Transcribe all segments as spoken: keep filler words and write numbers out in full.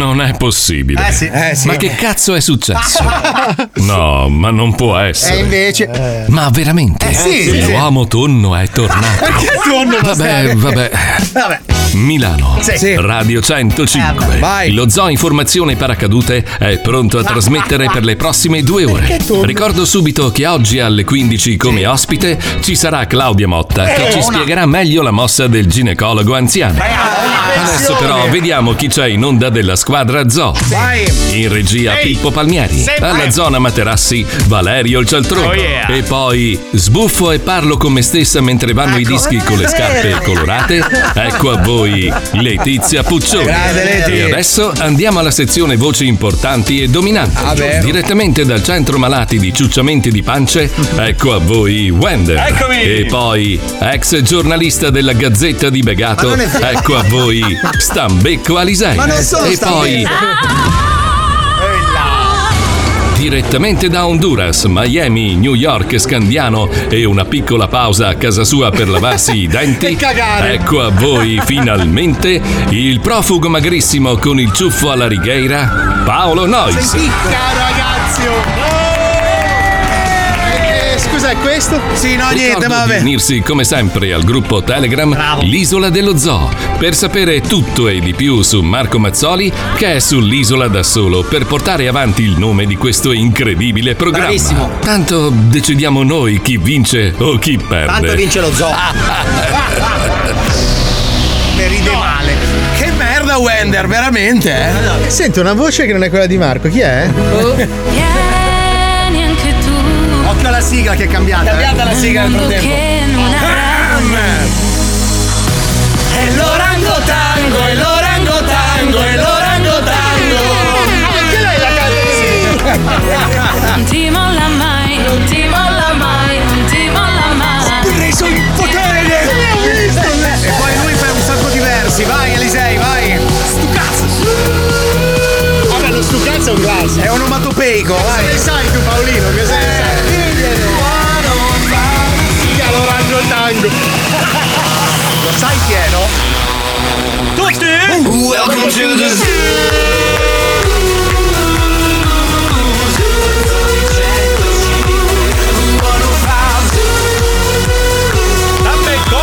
Non è possibile. Eh sì, eh sì. Ma che cazzo è successo? No, ma non può essere. E invece. Ma veramente? Eh sì, L'uomo tonno è tornato. Che tonno, Vabbè, vabbè. Vabbè. Milano, Sì. Radio centocinque. Vai. Lo Zoo Informazione Paracadute è pronto a trasmettere per le prossime due ore. Ricordo subito che oggi alle quindici come ospite ci sarà Claudia Motta che ci spiegherà meglio la mossa del ginecologo anziano. Adesso però vediamo chi c'è in onda della squadra Zoo. Vai. In regia Ehi. Pippo Palmieri, Sempre. alla zona Materassi Valerio il Cialtrone. Oh yeah. E poi sbuffo e parlo con me stessa mentre vanno i dischi con le scarpe colorate. Ecco a voi Letizia Puccioni. Grande Leti. E adesso andiamo alla sezione voci importanti e dominanti. Vabbè. Direttamente dal centro malati di ciucciamenti di pance. Ecco a voi Wender. Eccomi. E poi ex giornalista della Gazzetta di Begato. Ma non è vero. Ecco a voi Stambecco Alisei. Ma non sono E Stambecco. poi direttamente da Honduras, Miami, New York, Scandiano e una piccola pausa a casa sua per lavarsi i denti. E cagare. Ecco a voi finalmente il profugo magrissimo con il ciuffo alla righeira, Paolo Nois. Caro ragazzo. Eh, Scusa, è questo? Sì, no, niente, Ricordo ma di vabbè. unirsi come sempre al gruppo Telegram L'Isola dello Zoo per sapere tutto e di più su Marco Mazzoli che è sull'isola da solo per portare avanti il nome di questo incredibile programma. Bravissimo. Tanto decidiamo noi chi vince o chi perde. Tanto vince lo zoo. Ne ride male. Che merda, Wender, veramente, eh? Sento una voce che non è quella di Marco, chi è? Vieni anche tu. Occhio alla sigla che è cambiata. Cambiata la sigla nel Mondo frattempo. che non avrà. E l'orangotango, e l'orangotango, e l'orangotango. Anche lei la canta. Non ti molla mai, non ti molla mai, non ti molla mai. Preso il potere. E poi lui fa un sacco di versi. Vai, Elisei, vai. Stu cazzo. Vabbè, lo stu cazzo è un classico. È onomatopeico, vai. Che sai tu, Paolino? Che sai? L'orangotango. Lo sai chi è, no? Tutti? Welcome to the Stambecco?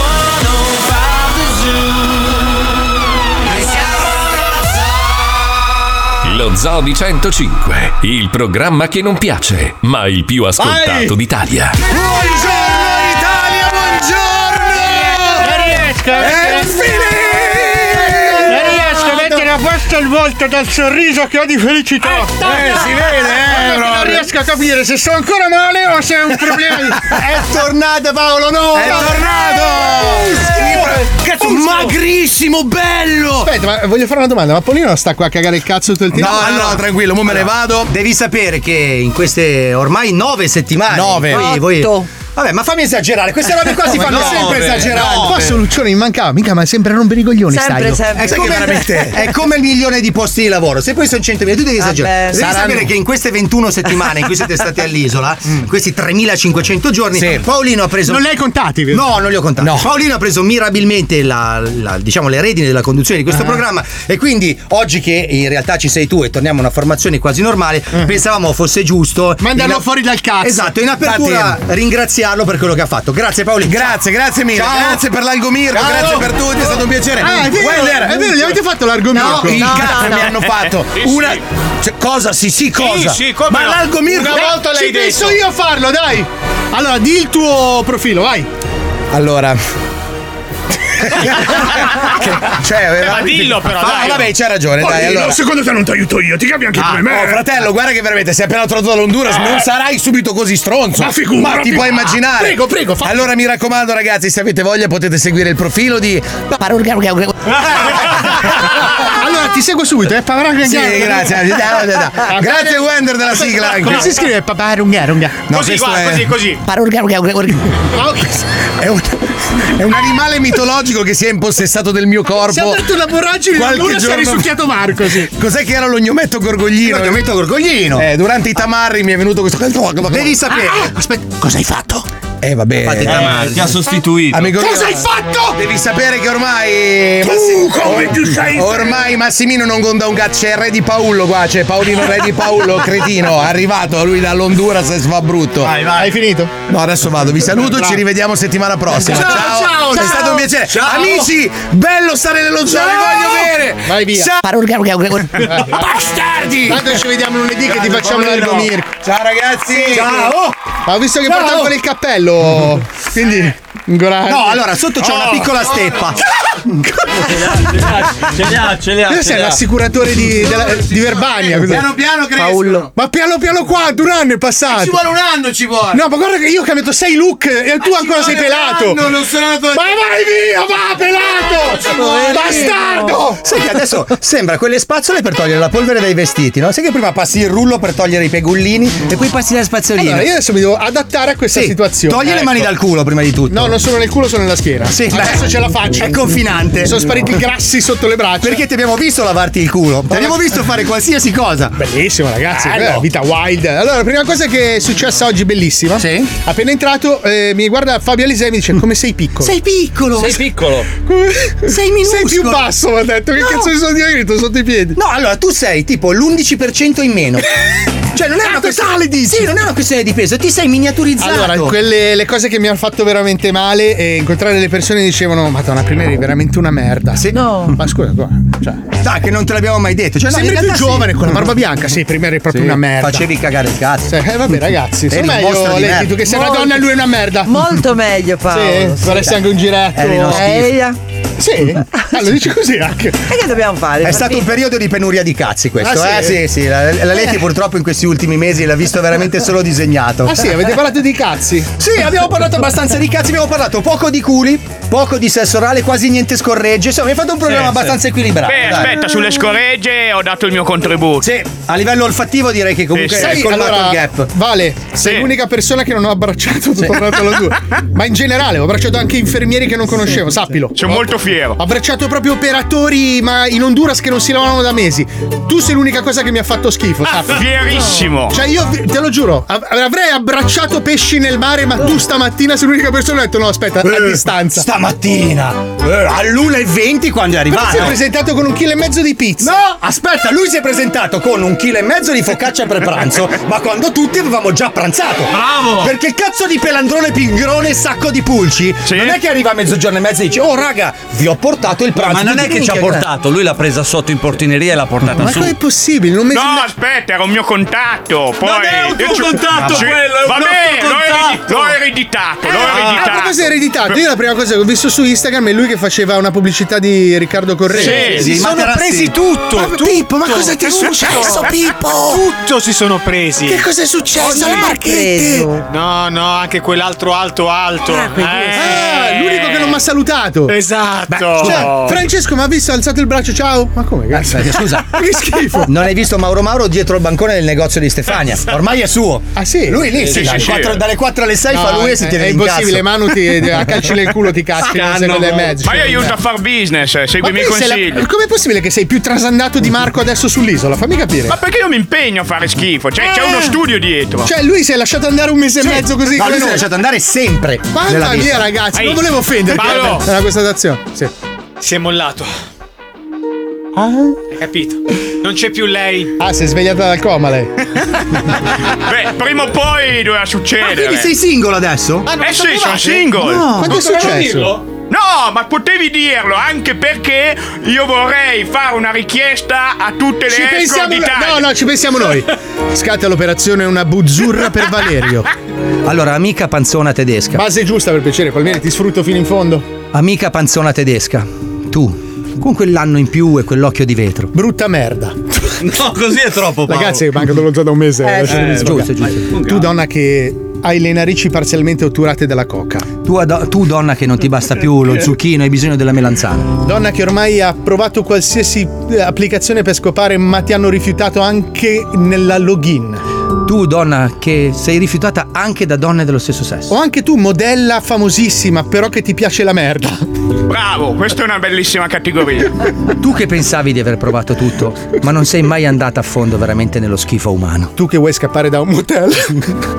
Lo Zoo di centocinque, il programma che non piace, ma il più ascoltato Vai. d'Italia. Buongiorno Italia, buongiorno! Non riesco, È non finito! riesco a mettere a posto il volto dal sorriso che ho di felicità. Eh, si vede, eh, Non proprio. riesco a capire se sto ancora male o se è un problema di... È tornato Paolo, no! È tornato! Cazzo, magrissimo, bello! Aspetta, ma voglio fare una domanda, ma Paolino sta qua a cagare il cazzo tutto il tempo? No, no, no, tranquillo, mo me ne vado. Devi sapere che in queste ormai nove settimane. Nove. Voi, voi... Vabbè, ma fammi esagerare, queste robe qua si fanno nove, sempre esagerare. Qua Soluzione mi mancava, mica, ma sempre rompere i coglioni Sempre, stai. sempre. È Sai come, che veramente- è come il milione di posti di lavoro. Se poi sono centomila, tu devi esagerare. Devi Saranno- sapere che in queste ventuno settimane in cui siete stati all'isola, in questi tremilacinquecento giorni, Sì. Paolino ha preso. Non li hai contati, vero? No, non li ho contati. No. Paolino ha preso mirabilmente la, la- diciamo, le redini della conduzione di questo programma. E quindi oggi che in realtà ci sei tu e torniamo a una formazione quasi normale, pensavamo fosse giusto Mandarlo in- fuori dal cazzo. Esatto, in apertura ringraziarlo per quello che ha fatto. Grazie Paolino. Grazie, grazie mille. Ciao. Grazie per l'algomirco, Ciao. grazie per tutti, è stato un piacere. Ah, è vero, Wender, è vero, gli avete fatto l'argomento. No, il No, cazzo no, mi no. hanno fatto. Sì, Una. sì. Cioè, cosa? Sì, sì, cosa? sì, come Ma no? l'algomirco. Una volta Ci l'hai penso detto. io a farlo, dai. Allora, di il tuo profilo, vai. Allora. Che- cioè, Ma dillo però, Ah, dai. vabbè, c'hai ragione, dai. Allora. secondo te non ti aiuto io, ti capi anche Ah, oh, fratello, guarda che veramente sei appena trovato dall'Honduras, non sarai subito così stronzo. Ma figurati. Ma ti puoi immaginare? Prego, prego, fa- Allora mi raccomando, ragazzi, se avete voglia potete seguire il profilo di. Allora, ti seguo subito, eh. Sì, grazie. Grazie Wender della sigla anche. Come si scrive? Paparungarunga. No, Così, questo guarda, è- così, così. È un, è un animale mitologico che si è impossessato del mio Si è corpo. aperto una voragine Qualche allora si è giorno- risucchiato Marco, sì. Cos'è che era lo gnometto gorgoglino? Lo gnometto gorgoglino. Eh, durante i tamarri mi è venuto questo. Devi sapere. Aspetta, cosa hai fatto? Eh vabbè, Fate eh, ti ha sostituito. Amico Cosa mio, hai fatto? Devi sapere che ormai Tu Massi- come tu sei? Ormai Massimino non conta un cazzo, c'è il re di Paolo qua, c'è Paolino re di Paolo, cretino, è arrivato lui dall'Honduras e si fa brutto. Vai, vai. Hai finito? No, adesso vado, vi saluto, ci rivediamo settimana prossima. Ciao, ciao, è ciao. stato un piacere. Ciao. Amici, bello stare nello zoo, vi voglio bene. Vai via. Ciao. Bastardi! Tanto ci vediamo lunedì che ti facciamo l'ergo Mirko. Ciao ragazzi. Ciao. Ma ho visto che Ciao. porta ancora il cappello. Quindi ancora. No, allora sotto c'è una piccola steppa. Ce li ha, ce li ha. Tu sei l'assicuratore di, della- di Verbania. cos'è? Piano piano crescono. Ma piano piano quanto? Un anno è passato. Ci vuole un anno, ci vuole. No, ma guarda che io ho cambiato sei look e tu ancora sei pelato. No, non sono andato. Ma vai via, va, pelato! Bastardo! Sai che adesso sembra quelle spazzole per togliere la polvere dai vestiti, no? Sai che prima passi il rullo per togliere i pegullini e poi passi la spazzolina. Allora, io adesso mi devo adattare a questa Sì, situazione. togli le Ecco. mani dal culo prima di tutto. No, non sono nel culo, sono nella schiena. Sì, adesso beh, ce la faccio. È confinante. Sono spariti i grassi sotto le braccia. Perché ti abbiamo visto lavarti il culo. Ti abbiamo visto fare qualsiasi cosa. Bellissimo, ragazzi. Bello. quella è vita wild. Allora, la prima cosa che è successa oggi, bellissima. Sì. Appena entrato, eh, mi guarda Fabio Alisei e mi dice: come sei piccolo? Sei piccolo. Sei piccolo. Sei minuscolo. Sei più basso, mi ha detto. Che No. cazzo di sono dimagrito sotto i piedi? No, allora tu sei tipo l'undici per cento in meno. Cioè, non è una questione di Sì, non è una questione di peso, ti sei miniaturizzato. Allora, quelle le cose che mi hanno fatto veramente male e incontrare le persone che dicevano: Madonna, prima eri veramente una merda. Sì. No. Ma scusa, guarda, cioè, Dai, che non te l'abbiamo mai detto. Cioè, no, in sembri più realtà giovane sì. con la barba bianca. Sì, prima eri proprio Sì, una merda. Facevi cagare il cazzo. Sì, eh, vabbè, ragazzi, Eri sono un mostro meglio di Leti, merda. tu che sei una Molto. donna e lui è una merda. Molto meglio, Paolo. Sì, faresti anche un giretto. Eri uno schifo. Eia. Sì, ah, lo dici così anche. E che dobbiamo fare? È stato un periodo di penuria di cazzi questo, Ah, eh? sì? Sì, sì. La, la Leti purtroppo in questi ultimi mesi l'ha visto veramente solo disegnato. Ah sì, avete parlato di cazzi? Sì, abbiamo parlato abbastanza di cazzi, abbiamo parlato poco di culi, poco di sesso orale, quasi niente scorregge. Insomma, abbiamo fatto un programma abbastanza equilibrato. Beh, dai. aspetta, sulle scorregge ho dato il mio contributo. Sì, a livello olfattivo direi che comunque Sì, sì. hai Sai, colmato allora, il gap. Vale, sei Sì. l'unica persona che non ho abbracciato tutto il due. Ma in generale, ho abbracciato anche infermieri che non conoscevo, sappilo. Sono molto fiero. Ho abbracciato proprio operatori, ma in Honduras che non si lavavano da mesi. Tu sei l'unica cosa che mi ha fatto schifo, Ah, sappi. fierissimo. Cioè, io te lo giuro, av- avrei abbracciato pesci nel mare, ma tu stamattina sei l'unica persona che ha detto: no, aspetta, a distanza. Stamattina eh, all'una e venti quando è Però si è arrivato. presentato con un chilo e mezzo di pizza. No, aspetta, lui si è presentato con un chilo e mezzo di focaccia per pranzo, ma quando tutti avevamo già pranzato. Bravo. Perché il cazzo di pelandrone pingrone e sacco di pulci Sì. non è che arriva a mezzogiorno e mezzo e dice: oh raga, vi ho portato il pranzo. Ma non Tutti è che ci ha minchia, portato, lui l'ha presa sotto in portineria e l'ha portata Ma su. com'è possibile? Non mi No, sembra- aspetta, era un mio contatto. Poi Non è un tuo io ci- contatto Sì, quello, è un Vabbè, nostro l'ho, eredi- contatto. l'ho ereditato, l'ho Ah, ereditato. proprio sei ereditato. Io la prima cosa che ho visto su Instagram è lui che faceva una pubblicità di Riccardo Correa. Sì, Si sì, sono materassi. presi tutto. Ma Pippo, ma cosa ti è successo, Pippo? Tutto si sono presi. Che cosa è successo alle marchette? Preso. No, no, anche quell'altro alto alto. Ah, Eh. l'unico che non mi ha salutato. Esatto. Cioè, Francesco mi ha visto, ha alzato il braccio, ciao. Ma come? Cazzo? Scusa, Che schifo. non hai visto Mauro Mauro dietro il bancone del negozio di Stefania? Ormai è suo. Ah sì? Lui lì, sì, sì, dalle, sì. quattro, dalle quattro alle sei No, fa lui e si è, tiene è in impossibile, cazzo. Manu ti a calci nel culo ti caschi in un secondo e mezzo. Ma io aiuto a far business, eh, segui i miei poi sei consigli. la- com'è possibile che sei più trasandato di Marco adesso sull'isola? Fammi capire. Ma perché io mi impegno a fare schifo? Cioè, c'è uno studio dietro. Cioè, lui si è lasciato andare un mese e mezzo così. No, come lui si è noi. lasciato andare sempre. nella Mamma vita. mia, ragazzi, Ehi, non volevo offenderti. Paolo. È una constatazione. Sì. Si è mollato. Hai capito? Non c'è più lei. Ah, si è svegliata dal coma lei. Beh, prima o poi doveva succedere. Quindi sei single adesso? Eh sì, sono single. Quanto è successo? No, ma potevi dirlo anche perché io vorrei fare una richiesta a tutte le Ci escort pensiamo d'Italia. No, no, ci pensiamo noi. Scatta l'operazione una buzzurra per Valerio. Allora, amica panzona tedesca. Base giusta per piacere, Palmieri, ti sfrutto fino in fondo. Amica panzona tedesca. Tu, con quell'anno in più e quell'occhio di vetro. Brutta merda. No, così è troppo, Paolo. Ragazzi, manca dello già da un mese. Eh, lasciatemi sì, sfogare. giusto, giusto. Tu, donna che hai le narici parzialmente otturate dalla coca. Tu, ado- tu, donna che non ti basta più lo zucchino, hai bisogno della melanzana. Donna che ormai ha provato qualsiasi eh, applicazione per scopare, ma ti hanno rifiutato anche nella login. Tu, donna che sei rifiutata anche da donne dello stesso sesso. O anche tu, modella famosissima, però che ti piace la merda. Bravo, questa è una bellissima categoria. Tu che pensavi di aver provato tutto, ma non sei mai andata a fondo veramente nello schifo umano. Tu che vuoi scappare da un motel dopo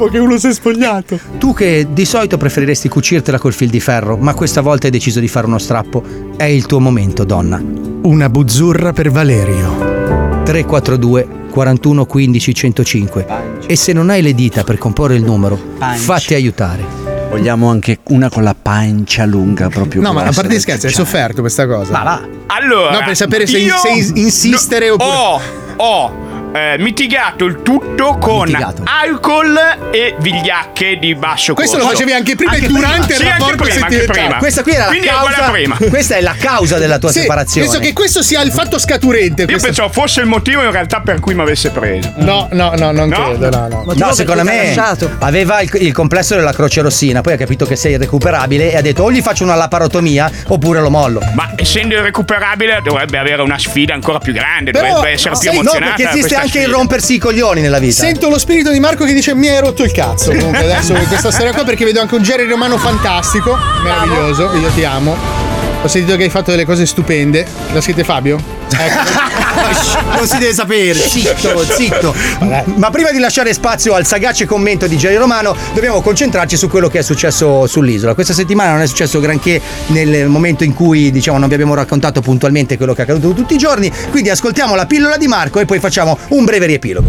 dopo che uno si è spogliato. Tu che di solito preferiresti cucirtela col fil di ferro, ma questa volta hai deciso di fare uno strappo. È il tuo momento, donna. Una buzzurra per Valerio. tre quattro due quarantuno quindici centocinque. E se non hai le dita per comporre il numero, Pancia. fatti aiutare. Vogliamo anche una con la pancia lunga proprio. No, ma a grossa parte di da scherzi, hai cucciare. sofferto questa cosa. Ma va. Allora, No, per sapere se- io se ins- insistere no, oppure- Ho, ho eh, mitigato il tutto con Mitigato. alcol e vigliacche di basso Questo costo. lo facevi anche prima Anche e durante Sì, il anche rapporto prima, anche sentimentale. prima. Questa qui era la Quindi è uguale causa. a prima. Questa è la causa della tua Sì, separazione. penso che questo sia il fatto scaturente. Io questo- pensavo fosse il motivo in realtà per cui mi avesse preso. No, no, no, non No? credo, no, no. Motivo No, secondo per cui me t'ha lasciato. aveva il, il complesso della croce rossina, poi ha capito che sei irrecuperabile e ha detto o gli faccio una laparotomia oppure lo mollo. Ma essendo irrecuperabile dovrebbe avere una sfida ancora più grande, Però- dovrebbe essere più Sì, no, emozionata. perché da esiste questa anche il sfida. rompersi i coglioni nella vita. Sento lo spirito di Marco che dice mi hai rotto il cazzo comunque adesso con questa storia qua, perché vedo anche un Jerry Romano fantastico, meraviglioso, io ti amo. Ho sentito che hai fatto delle cose stupende. La scrive Fabio? Ecco. Non si deve sapere, zitto, zitto. Ma prima di lasciare spazio al sagace commento di Jerry Romano, dobbiamo concentrarci su quello che è successo sull'isola. Questa settimana non è successo granché nel momento in cui, diciamo, non vi abbiamo raccontato puntualmente quello che è accaduto tutti i giorni. Quindi ascoltiamo la pillola di Marco e poi facciamo un breve riepilogo.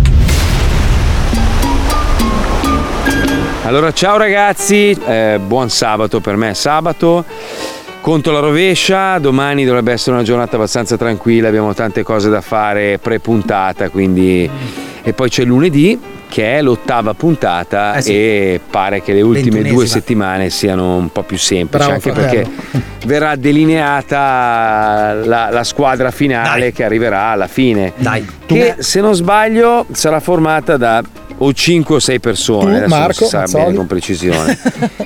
Allora, ciao ragazzi, eh, buon sabato, per me è sabato. Conto la rovescia, domani dovrebbe essere una giornata abbastanza tranquilla, abbiamo tante cose da fare pre-puntata, quindi... E poi c'è lunedì, che è l'ottava puntata, Eh sì. e pare che le ultime Ventunesima. due settimane siano un po' più semplici, Bravo, anche fratello. perché verrà delineata la, la squadra finale Dai. che arriverà alla fine. Dai. Che se non sbaglio sarà formata da o cinque o sei persone, Tu, adesso Marco, non si sa Mazzoli. bene con precisione.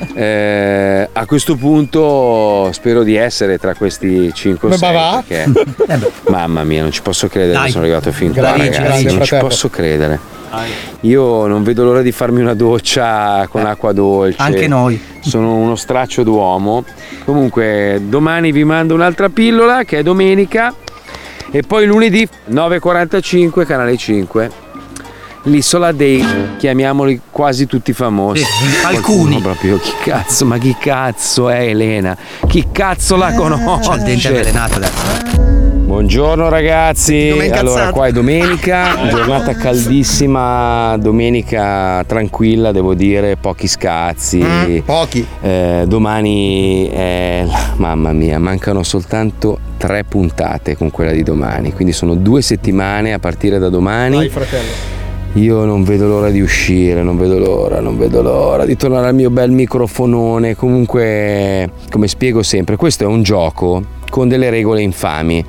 Eh, a questo punto spero di essere tra questi cinque o Ma sei, va? perché mamma mia, non ci posso credere Dai. che sono arrivato fin qua, Grande, ragazzi, grande non ci fratello. posso credere. Io non vedo l'ora di farmi una doccia con acqua dolce. Anche noi. Sono uno straccio d'uomo. Comunque domani vi mando un'altra pillola che è domenica, e poi lunedì nove e quarantacinque canale cinque. L'isola dei, chiamiamoli quasi tutti famosi. Sì, alcuni. Qualcuno proprio, chi cazzo, ma chi cazzo è Elena? Chi cazzo la conosce? C'ha il dente avvelenato adesso. Buongiorno ragazzi, Come incazzato. allora qua è domenica, giornata caldissima, domenica tranquilla devo dire, pochi scazzi. Mm, pochi. Eh, domani è, mamma mia, mancano soltanto tre puntate con quella di domani, quindi sono due settimane a partire da domani. Vai, fratello. Io non vedo l'ora di uscire, non vedo l'ora, non vedo l'ora di tornare al mio bel microfonone. Comunque, come spiego sempre, questo è un gioco con delle regole infami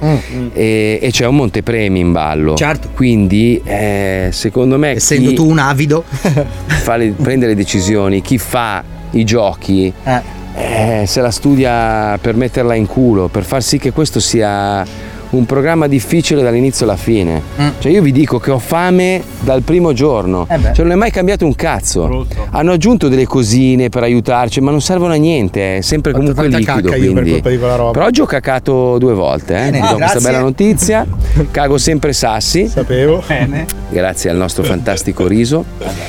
e, e c'è un montepremi in ballo. Certo. Quindi, eh, secondo me, Essendo chi tu un avido. fa le- prende le decisioni, chi fa i giochi, Eh. eh, se la studia per metterla in culo, per far sì che questo sia un programma difficile dall'inizio alla fine. Mm. Cioè io vi dico che ho fame dal primo giorno, Eh beh. cioè non è mai cambiato un cazzo. Hanno aggiunto delle cosine per aiutarci, ma non servono a niente, è sempre Ho fatto comunque tanta liquido. cacca io per Quindi. colpa di quella roba. Però oggi ho cacato due volte, eh. Bene, Vi do ah, questa grazie. bella notizia. Cago sempre sassi. Sapevo. Grazie al nostro fantastico riso.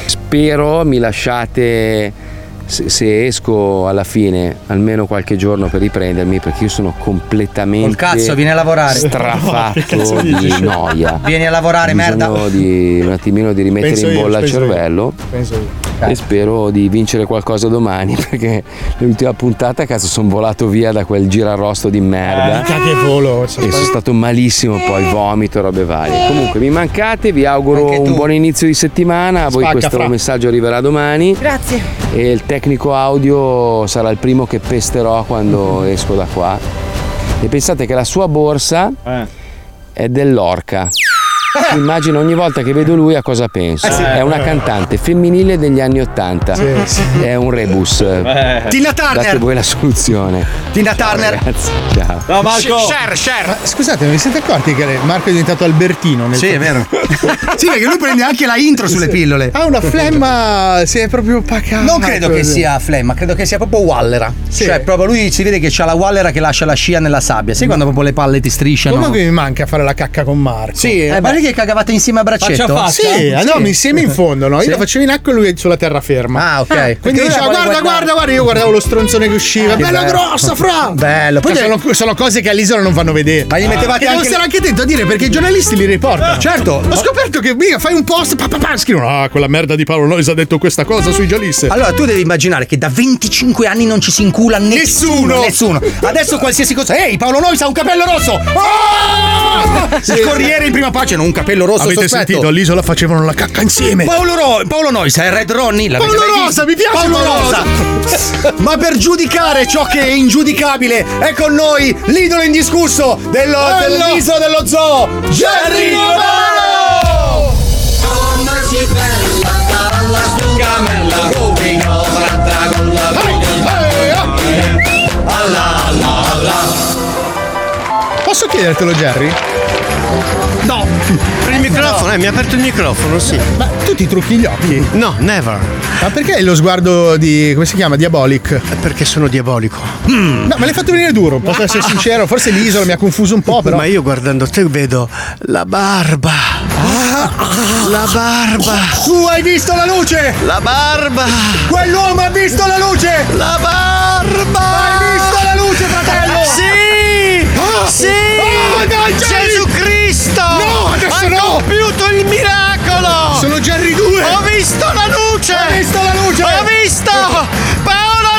Spero mi lasciate, se, se esco alla fine, almeno qualche giorno per riprendermi, perché io sono completamente Col cazzo, vieni a lavorare. strafatto di noia. Vieni a lavorare, Ho merda. bisogno di un attimino di rimettere Penso in io, bolla il penso io. cervello. Penso io. E spero di vincere qualcosa domani, perché l'ultima puntata, cazzo, sono volato via da quel girarrosto di merda. Mica che volo. E sono stato malissimo, poi vomito, robe varie. Comunque mi mancate, vi auguro Anche tu. un buon inizio di settimana. A voi Spacca, questo fra. messaggio arriverà domani Grazie. e il tecnico audio sarà il primo che pesterò quando esco da qua. E pensate che la sua borsa è dell'orca. Immagino ogni volta che vedo lui a cosa penso. È una cantante femminile degli anni Ottanta. È un rebus. Tina Date Turner. voi la soluzione. Tina Turner. Ragazzi, ciao. No, Marco. Share, share. Ma scusate, non vi siete accorti che Marco è diventato Albertino? Nel Sì, è vero. Sì, perché lui prende anche la intro sulle pillole. Ha una flemma, si è proprio pacato. Non credo che sia flemma, credo che sia proprio wallera. Sì. Cioè, proprio lui si vede che c'ha la wallera che lascia la scia nella sabbia. Sai quando proprio le palle ti strisciano? Comunque mi manca fare la cacca con Marco. Sì, Eh, ma beh, domani che cagavate insieme a braccetto? Sì, andavamo insieme in fondo, no? Io Sì. lo facevo in acqua e lui sulla terraferma. Ah, ok. Quindi Perché lui diceva la vuole guarda, guardare. guarda, guarda, io guardavo lo stronzone che usciva. Ah, che Bella bello. grossa, fra! Bello. Poi Poi sono, sono cose che all'isola non fanno vedere. Ma gli mettevate e devo anche- stare anche attento a dire perché i giornalisti li riportano. Certo. Ho scoperto che mica fai un post, pa, pa, pa, scrivono, ah, quella merda di Paolo Noyes ha detto questa cosa sui giallisse. Allora tu devi immaginare che da venticinque anni non ci si incula nessuno. Nessuno. Nessuno. Adesso qualsiasi cosa. Ehi, Paolo Noyes ha un capello rosso! Ah! Il Corriere in prima pagina, un capello rosso Avete sospetto. sentito? All'isola facevano la cacca insieme. Paolo, Ro- Paolo Noyes è Red Ronnie. L'avete Paolo mai Rosa, visto? mi piace Paolo Paolo Rosa. Ma per giudicare ciò che è ingiudicabile è con noi l'idolo indiscusso dello, dell'isola dello zoo, Jerry Romano! Come si bella alla stucamella, rovino tratta con la alla alla alla. Posso chiedertelo, Jerry? No. Per il microfono, eh, mi ha aperto il microfono, sì. Ma tu ti trucchi gli occhi? No, never. Ma perché lo sguardo di. come si chiama? Diabolic? Perché sono diabolico. Mm. No, me l'hai fatto venire duro, posso essere sincero. Forse l'isola mi ha confuso un po', però. Ma io guardando te vedo la barba. Ah, La barba. Tu hai visto la luce! La barba. Quell'uomo ha visto la luce! La barba. Hai visto la luce, fratello? Sì! Ah. Sì! Oh, dai, Jerry! Gesù Cristo! No, adesso ha no! compiuto il miracolo! Sono Jerry due! Ho visto la luce! Hai visto la luce? Ho visto! Paolo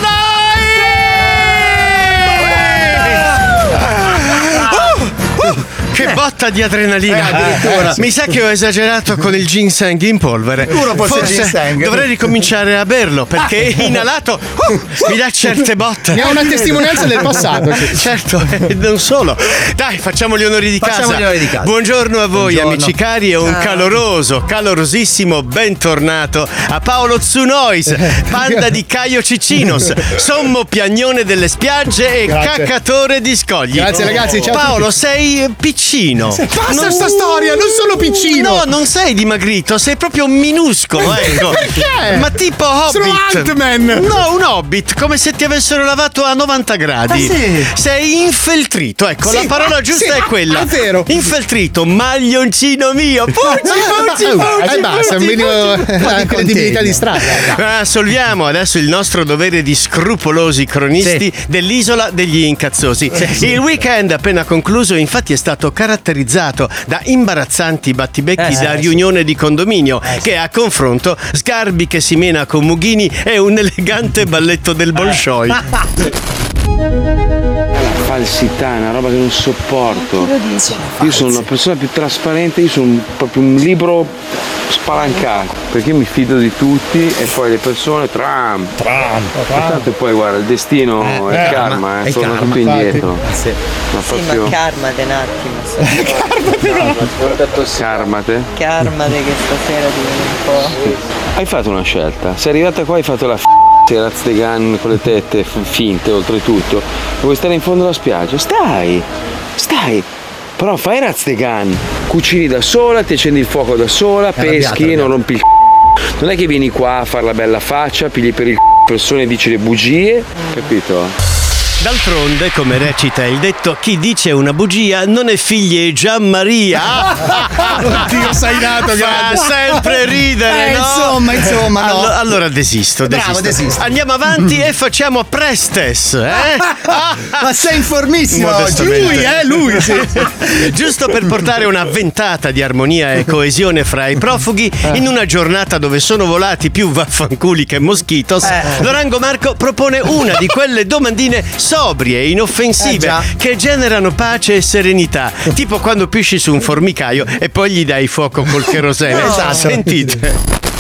Noyes! Uh, che botta di adrenalina! Eh, addirittura. Mi sa che ho esagerato con il ginseng in polvere. Sicuro fosse ginseng. dovrei ricominciare a berlo perché inalato uh, mi dà certe botte. Ne ha una testimonianza del passato. Sì. Certo, e non solo. Dai, facciamo gli onori di Facciamo casa. gli onori di casa. Buongiorno a voi, Buongiorno. amici cari, e un caloroso, calorosissimo bentornato a Paolo Tsunois, panda di Caio Cicinos, sommo piagnone delle spiagge e Grazie. cacatore di scogli. Grazie, ragazzi, ciao a Paolo, tutti. sei piccino. Basta sta storia, non sono piccino. No, non sei dimagrito, sei proprio minuscolo, ecco. Perché? Ma tipo Hobbit. Sono Ant-Man. No, un Hobbit, come se ti avessero lavato a novanta gradi. Ah, sì? Sei infeltrito, ecco, Sì, la parola ah, giusta sì, è quella. è vero. Infeltrito, maglioncino mio. Puggi, puggi, puggi. Eh, basta, puggi, un minimo puggi. la credibilità di strada. Ah, Solviamo adesso il nostro dovere di scrupolosi cronisti dell'isola degli incazzosi. Il weekend appena concluso infatti è stato caratterizzato da imbarazzanti battibecchi Eh, sì, da eh, riunione di condominio che a confronto Sgarbi che si mena con Mughini e un elegante balletto del Bolshoi. La falsità è una roba che non sopporto. Io sono una persona più trasparente, io sono un- proprio un libro spalancato, perché io mi fido di tutti e poi le persone Trump. Trump, Tanto poi guarda, il destino è il karma, è eh, il torna karma, tutto indietro. Sì. Ma Sì, proprio ma calmate un attimo. Carmate. Calmate che stasera ti viene un po'. Hai fatto una scelta. Sei arrivata qua e hai fatto la f***, sei Raztegan con le tette f- finte oltretutto. Vuoi stare in fondo alla spiaggia? Stai! Stai! Però fai Raztegan. Cucini da sola, ti accendi il fuoco da sola, arrabbiato, peschi, arrabbiato. non rompi il c***o. Non è che vieni qua a fare la bella faccia, pigli per il c***o persone e dici le bugie, capito? D'altronde, come recita il detto, chi dice una bugia non è figlia di Gianmaria. Oddio, sei nato, Fa grande. sempre ridere, Eh, no? insomma, insomma, no. Allo- allora desisto, Bravo, desisto. desisto. Andiamo avanti e facciamo prestes, eh? Ma sei informissimo oggi. Modestamente. Lui, eh, lui, sì. Giusto per portare una ventata di armonia e coesione fra i profughi, in una giornata dove sono volati più vaffanculi che moschitos, Eh. Lorango Marco propone una di quelle domandine sobrie e inoffensive Eh, già. che generano pace e serenità, tipo quando pisci su un formicaio e poi gli dai fuoco col cherosene. Esatto. Sentite.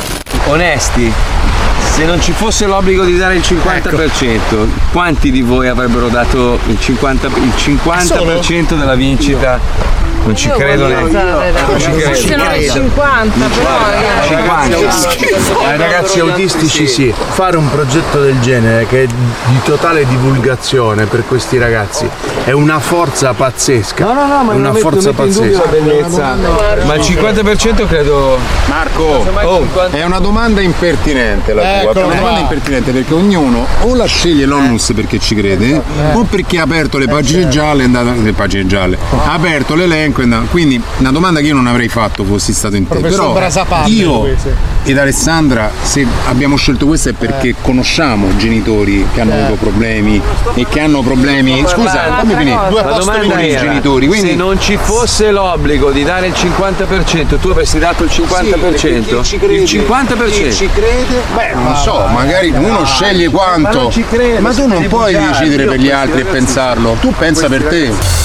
Onesti, se non ci fosse l'obbligo di dare il cinquanta per cento, quanti di voi avrebbero dato il cinquanta, il cinquanta per cento della vincita? Non ci credo neanche. Non ci credo. Se no è cinquanta, però. cinquanta. Ai ragazzi autistici sì, fare un progetto del genere che è di totale divulgazione per questi ragazzi è una forza pazzesca. No, no, no, ma è una non metto- forza metto in dubbio pazzesca. la bellezza. Ma il cinquanta per cento credo. Marco, oh, è una domanda impertinente la tua, è Eccolo una qua. domanda impertinente perché ognuno o la sceglie l'onus perché ci crede o perché ha aperto le pagine gialle, è andato, le pagine gialle, ha aperto l'elenco l'elenco è andato. Quindi una domanda che io non avrei fatto fossi stato in te. Professor Però Brasapalle, io lui, sì. ed Alessandra, se abbiamo scelto questo è perché Eh. conosciamo genitori che hanno Eh. avuto problemi e che hanno problemi. Scusa, fammi finire. Due La domanda apostoli era, genitori. Quindi se non ci fosse l'obbligo di dare il cinquanta per cento, tu avresti dato il cinquanta per cento? Sì, chi ci crede, il cinquanta per cento. chi ci crede, beh, non so, magari uno sceglie Ma quanto. non ci credo, Ma tu non siete puoi bugiardi, decidere io per gli questi altri e ragazzi- pensarlo. Tu pensa per te.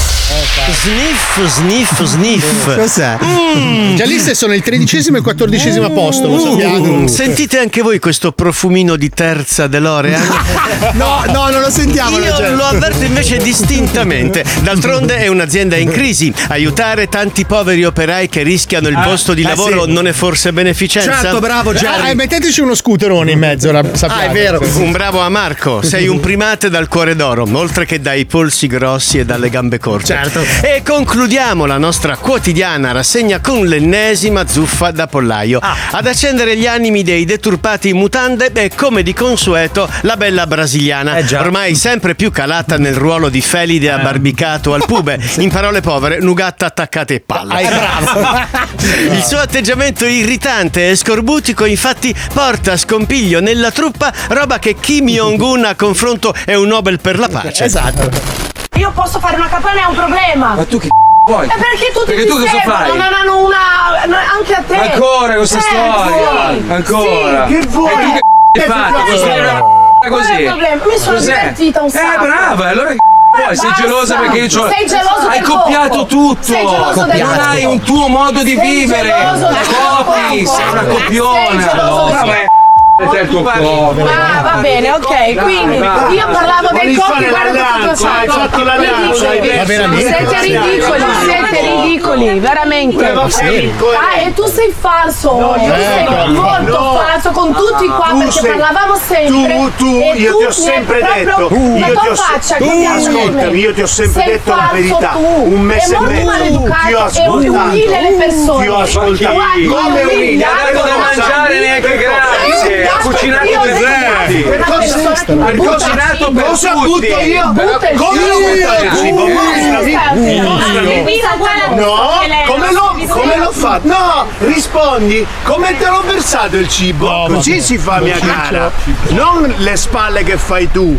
Sniff, sniff, sniff. Cos'è? Mm. Già lì se sono il tredicesimo e quattordicesimo posto, lo sappiamo. Mm. Sentite anche voi questo profumino di terza DeLorean? No, no, non lo sentiamo. Io Roger. lo avverto invece distintamente. D'altronde è un'azienda in crisi. Aiutare tanti poveri operai che rischiano il Ah, posto di eh, lavoro sì. non è forse beneficenza? Certo, bravo Jerry. Ah, metteteci uno scooterone in mezzo, la sappiate. Ah, è vero. Un bravo a Marco. Sei un primate dal cuore d'oro, oltre che dai polsi grossi e dalle gambe corte. Certo. E concludiamo la nostra quotidiana rassegna con l'ennesima zuffa da pollaio. Ah. Ad accendere gli animi dei deturpati in mutande è come di consueto la bella brasiliana, Eh già. ormai sempre più calata nel ruolo di Felide abbarbicato al pube. In parole povere, nugatta attaccate e palla. Hai bravo. Il suo atteggiamento irritante e scorbutico infatti porta a scompiglio nella truppa roba che Kim Jong-un a confronto è un Nobel per la pace. Esatto. Io posso fare una capanna, è un problema. Ma tu che vuoi? È perché tutti Perché ti tu cosa seguono, fai? non hanno una. Anche a te. Ancora questa Eh, storia? sì, Ancora? sì. Che vuoi? E tu che Eh, hai fatto? eh, Costruire una Qual così? è il problema? Mi sono Cos'è? divertita un sacco. Eh, brava, allora che vuoi? Sei Basta. gelosa perché io c'ho. Sei geloso Hai del copiato coco. tutto. Sei geloso del Non coco. hai un tuo modo di Sei vivere. geloso del Copi, coco. sei una Sei copiona. geloso del Vabbè. coco. Sei il tuo copo. Ah, va bene, ok. Quindi io parlavo dei copi, guarda cosa hai fatto la danza, hai Ridicoli. Va veramente? Siete ridicoli, siete ridicoli, veramente. Ma sì. Ah, e tu sei falso. Tu sei no, molto no. falso con tutti qua Tu perché sei- parlavamo sempre. Tu, tu, e io tu ti ho mi- sempre proprio detto. La Io tua ti ho faccia tu, che mi hanno ascoltami, me. io ti ho sempre Sei detto la falso verità. tu. Un mese è e molto mezzo. Ti ho maleducato e ascoltato. umile le persone. Ti ho ascoltato. Guardi, Come umili, umili? Ha dato da mangiare neanche grazie. Ha cucinato Io per sei tutti. Per cosa Ha cucinato per Cosa tutti. butto io? Butta il Come cibo. lo butto il cibo? Mostrami. Mostrami. No, come l'ho, come l'ho fatto? No, rispondi, come te l'ho versato il cibo? Così si fa, mia cara. Non le spalle che fai tu.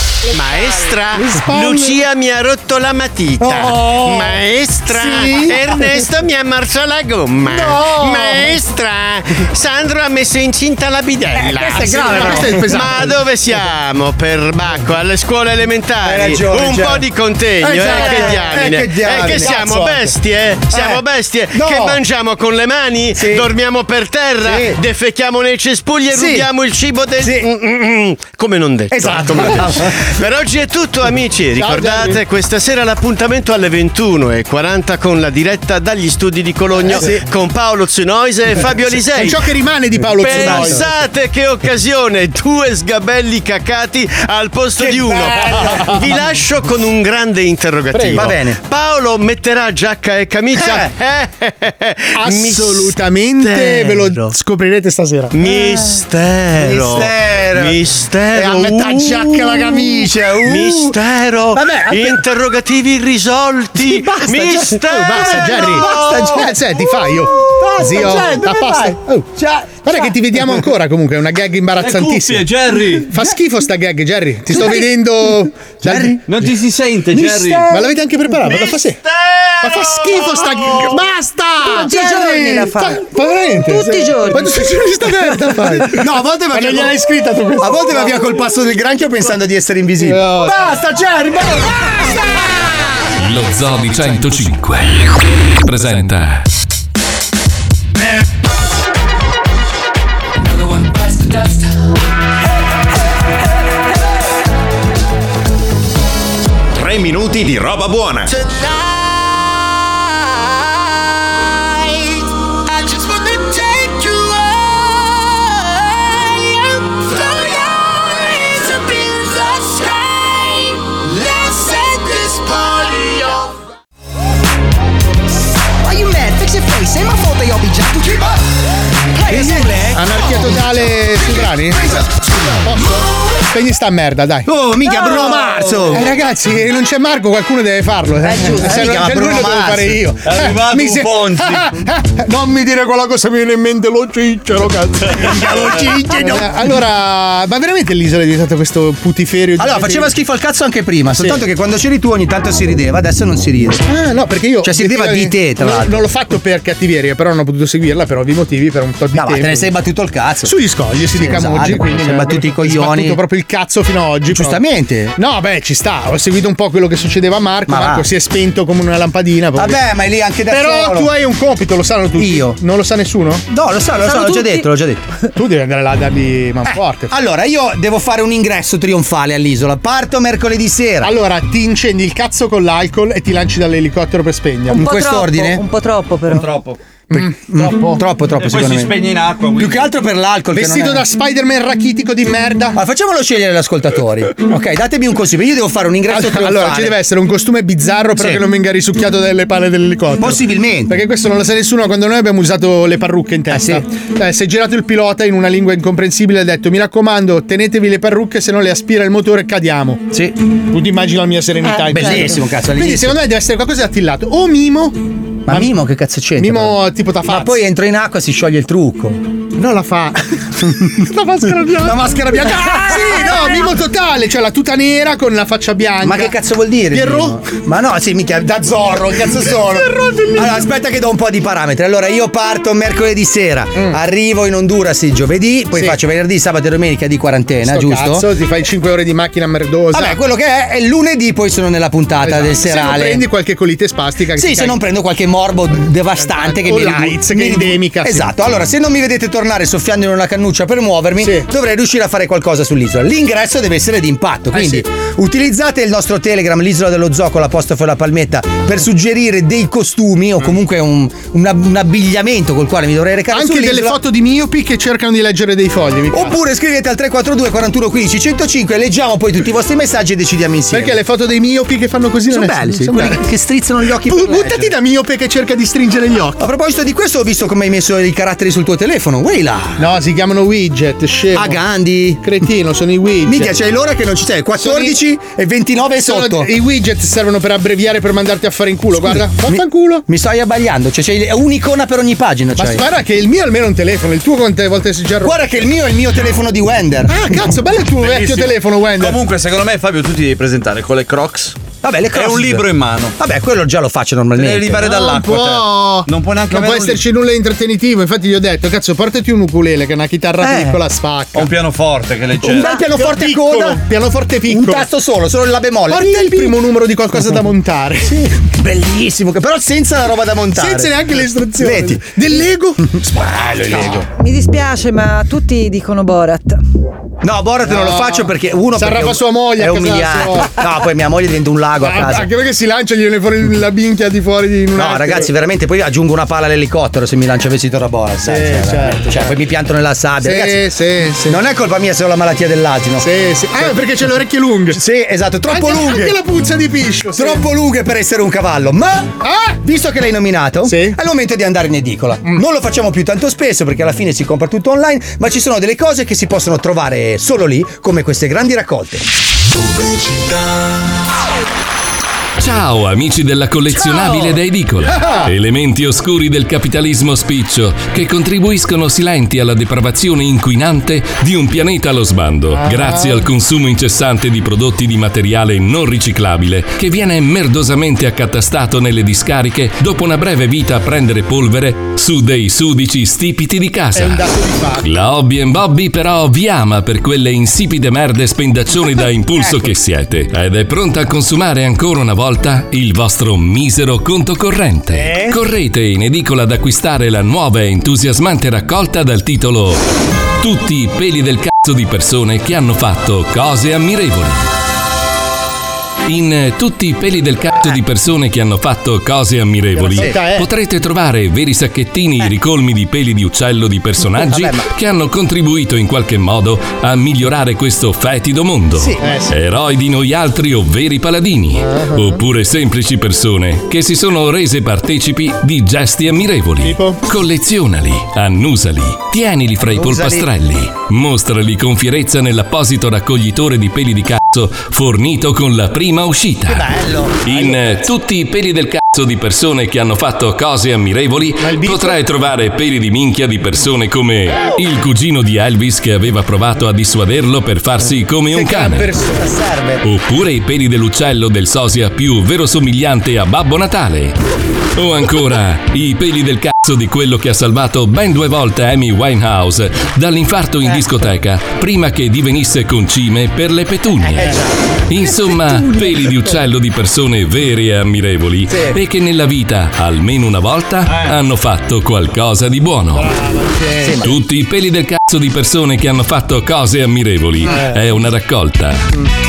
Maestra, Rispondi. Lucia mi ha rotto la matita. Oh. Maestra, Sì? Ernesto mi ha morso la gomma. No. Maestra, Sandro ha messo incinta la bidella. Eh, questo è grave, Sì. questo è pesante. Ma dove siamo? Per Bacco, alle scuole elementari. Hai ragione, Un Gianni. po' di contegno, Eh, eh, già, che eh, diamine. eh, che diamine. Eh, che siamo Cazzo. bestie? Siamo Eh. bestie No. che mangiamo con le mani, Sì. dormiamo per terra, Sì. defechiamo nei cespugli e Sì. rubiamo il cibo del. Sì. Mm, mm, mm. Come non detto. Esatto. Come detto. Per oggi è tutto, amici. Ricordate Gianni. questa sera l'appuntamento alle ventuno e quaranta con la diretta dagli studi di Cologno Eh, sì. con Paolo Zunoise e Fabio Con Lisei. ciò che rimane di Paolo Zunoise. Pensate che occasione, due sgabelli cacati al posto Che di uno. bello. Vi lascio con un grande interrogativo. Prego. Va bene. Paolo metterà giacca e camicia? Eh. Assolutamente, Mistero. ve lo scoprirete stasera. Mistero. Mistero. Mistero. E a metà Uh. giacca e la camicia. Uh. Mistero. Vabbè, aspetta. Interrogativi irrisolti. Sì, basta, Mistero. Oh, basta, Jerry. Basta, Jerry. Eh, senti, fai io. Basta, Zio, Jerry, dove a posto. vai? Oh. Ciao. Guarda che ti vediamo ancora comunque, è una gag imbarazzantissima. Jerry! Fa schifo sta gag, Jerry. Ti sto vedendo. Jerry? Non ti si sente, Jerry! Ma l'avete anche preparato? Ma fa, sì. Ma fa schifo sta gag. Basta! Tutti i giorni la fa. Fa- ma veramente? Tutti i giorni. Ma tutti i giorni sta merda fai? No, a volte va Ma via non gliel'hai col- scritta tu questa? A volte va via col passo del granchio pensando di essere invisibile. No. Basta, Jerry, basta! Lo Zoo di centocinque presenta Tre minuti di roba buona. Why you mad? Fix your face. Ain't my fault they all be jacking. Keep up. Play Anarchia totale sui brani? Posso? Spegni sta merda, dai. Oh, mica Bruno Mars! Eh, ragazzi, non c'è Marco, qualcuno deve farlo. Eh, giusto. Se Eh, non mica c'è lui, Bruno lo devo Mars. fare io. È arrivato mi un si- Fonzi. Non mi dire quella cosa, mi viene in mente lo cicciolo, cazzo. Lo cicciolo. Eh, Allora, ma veramente l'isola è diventato questo putiferio? di Allora, gente- faceva schifo al cazzo anche prima, Sì. soltanto che quando c'eri tu ogni tanto si rideva, adesso non si ride. Ah, no, perché io. Cioè, si rideva di te, tra non, l'altro. non l'ho fatto per cattiveria, però non ho potuto seguirla per ovvi motivi, per un po' di No, ma tempo. te ne sei battuto il cazzo. Sugli scogli si Sì, dica esatto, oggi, quindi si mi è ha battuti i coglioni. sbattuto proprio il cazzo fino ad oggi. Giustamente. però- No, beh, ci sta. Ho seguito un po' quello che succedeva a Marco. Ma Marco va. si è spento come una lampadina. proprio. Vabbè, ma è lì anche da Però solo. tu hai un compito, lo sanno tutti. Io. Non lo sa nessuno? No, lo so, lo so, Sanno l'ho già tutti. detto, l'ho già detto. Tu devi andare là a dargli manforte. Allora, io devo fare un ingresso trionfale all'isola. Parto mercoledì sera. Allora, ti incendi il cazzo con l'alcol e ti lanci dall'elicottero per spegnerlo. In quest'ordine? Un po' troppo, però. Troppo. Troppo? Troppo, troppo, E poi secondo si me. spegne in acqua. quindi- Più che altro per l'alcol. che Vestito non è- da Spider-Man rachitico di merda. Ma facciamolo scegliere gli ascoltatori. Ok, datemi un consiglio. Io devo fare un ingresso Allora, trionfale. allora, ci deve essere un costume bizzarro, però Sì. che non venga risucchiato dalle palle dell'elicottero. Possibilmente. Perché questo non lo sa nessuno. Quando noi abbiamo usato le parrucche in testa, Eh, eh, si è girato il pilota in una lingua incomprensibile e ha detto: mi raccomando, tenetevi le parrucche, se no le aspira il motore e cadiamo. Sì. Tu ti immagini la mia serenità. Eh, in bellissimo, certo. cazzo, Quindi all'inizio. secondo me deve essere qualcosa di attillato. O Mimo. Ma Mimo che cazzo c'entra? Mimo tipo da Ma fazzo. poi entra in acqua e si scioglie il trucco. No, la fa. la maschera bianca. La maschera bianca. sì, no, Mimo totale, cioè la tuta nera con la faccia bianca. Ma che cazzo vuol dire? Pierrot? Mimo? Ma no, sì, mica da Zorro, che cazzo sono? Allora, aspetta che do un po' di parametri. Allora, io parto mercoledì sera, arrivo in Honduras il giovedì, poi Sì. faccio venerdì, sabato e domenica di quarantena, Sto giusto? cazzo, ti fai cinque ore di macchina merdosa. Vabbè, quello che è è il lunedì, poi sono nella puntata Esatto. del Se non serale. prendi qualche colite spastica. che Sì, ti se caghi- non prendo qualche morbo devastante che O mi l'AIDS, che mi- è endemica, sì. Esatto, allora se non mi vedete tornare soffiando in una cannuccia per muovermi, Sì. dovrei riuscire a fare qualcosa sull'isola. L'ingresso deve essere di impatto, quindi Eh, sì. utilizzate il nostro Telegram, l'isola dello zoo con l'apostrofo e la palmetta, per suggerire dei costumi Mm. o comunque un, un ab- un abbigliamento col quale mi dovrei recare Anche sull'isola. delle foto di miopi che cercano di leggere dei fogli. mi piace. Oppure scrivete al tre quattro due quarantuno quindici centocinque e leggiamo poi tutti i vostri messaggi e decidiamo insieme. Perché le foto dei miopi che fanno così sono non è- belli, sì, quelli sono belli. che strizzano gli occhi. Bu- per buttati leggere. da miope che cerca di stringere gli occhi. A proposito di questo, ho visto come hai messo i caratteri sul tuo telefono. Weila! No, si chiamano widget, scemo. A Gandhi! Cretino, sono i widget. Minchia, c'hai l'ora che non ci sei. quattordici e ventinove Sono- sotto. I widget servono per abbreviare, per mandarti a fare in culo. Guarda, mi- vaffanculo. Mi stai abbagliando, cioè c'hai un'icona per ogni pagina. Ma C'hai. guarda che il mio almeno è un telefono, il tuo quante volte si è già rotto? Guarda che il mio è il mio telefono di Wender. Ah, cazzo, bello il tuo vecchio Bellissimo. telefono, Wender. Comunque, secondo me, Fabio, tu ti devi presentare con le Crocs. Vabbè, le E Crocs- un libro in mano. Vabbè, quello già lo faccio Te normalmente. devi rivare Non dall'acqua. può. te. Non puoi neanche Non può avere un esserci nulla di intrattenitivo. Infatti, gli ho detto, cazzo, portati un ukulele che è una chitarra Eh. piccola, spacca. O un pianoforte che leggero. Un bel pianoforte a piccolo, coda. pianoforte Un piccolo. tasto solo, solo il la bemolle. Porta il primo numero di qualcosa da montare. Bellissimo, che- però senza la roba da montare. Senza neanche le istruzioni. Vedi. Del Lego? Bello il Lego. Mi dispiace, ma tutti dicono Borat. No, Borat non lo No. faccio perché uno S'arrabba perché sua moglie è a casa umiliante. sua. No, poi mia moglie diventa un lago a Ah, casa. anche perché si lancia, gli viene fuori la minchia di fuori di un No, attimo. ragazzi, veramente poi aggiungo una pala all'elicottero se mi lancia il vestito da Borat. Sì, sai, cioè, certo, cioè, poi mi pianto nella sabbia. Sì, Ragazzi, sì, sì. non è colpa mia se ho la malattia dell'asino. Sì, sì. Ah, perché c'è le orecchie lunghe. Sì, esatto, troppo Anche- lunghe. Anche la puzza di piscio. sì. Troppo lunghe per essere un cavallo. Ma Ah! visto che l'hai nominato, Sì. è il momento di andare in edicola. Non lo facciamo più tanto spesso perché alla fine si compra tutto online, ma ci sono delle cose che si possono trovare solo lì, come queste grandi raccolte. Ciao amici della collezionabile da edicola. Elementi oscuri del capitalismo spiccio che contribuiscono silenti alla depravazione inquinante di un pianeta allo sbando, grazie al consumo incessante di prodotti di materiale non riciclabile che viene merdosamente accatastato nelle discariche dopo una breve vita a prendere polvere su dei sudici stipiti di casa. È un dato di fatto. La Hobby and Bobby però vi ama per quelle insipide merde spendaccioni da impulso Ecco. che siete ed è pronta a consumare ancora una volta il vostro misero conto corrente. Eh? Correte in edicola ad acquistare la nuova e entusiasmante raccolta dal titolo Tutti i peli del cazzo di persone che hanno fatto cose ammirevoli. In eh, tutti i peli del cazzo di persone che hanno fatto cose ammirevoli Sì, eh. potrete trovare veri sacchettini ricolmi di peli di uccello di personaggi Vabbè, ma- che hanno contribuito in qualche modo a migliorare questo fetido mondo. Sì. Eh, sì. Eroi di noi altri o veri paladini, oppure semplici persone che si sono rese partecipi di gesti ammirevoli. Collezionali, annusali, tienili fra i Annusali. polpastrelli, mostrali con fierezza nell'apposito raccoglitore di peli di cazzo fornito con la prima uscita. Che bello. In eh, tutti i peli del cazzo di persone che hanno fatto cose ammirevoli potrai trovare peli di minchia di persone come il cugino di Elvis che aveva provato a dissuaderlo per farsi come un Che gran cane. persona serve. Oppure i peli dell'uccello del sosia più verosomigliante a Babbo Natale. O ancora i peli del cazzo di quello che ha salvato ben due volte Amy Winehouse dall'infarto in discoteca prima che divenisse concime per le petunie. Insomma, peli di uccello di persone vere e ammirevoli e che nella vita, almeno una volta, hanno fatto qualcosa di buono. Tutti i peli del cazzo di persone che hanno fatto cose ammirevoli è una raccolta.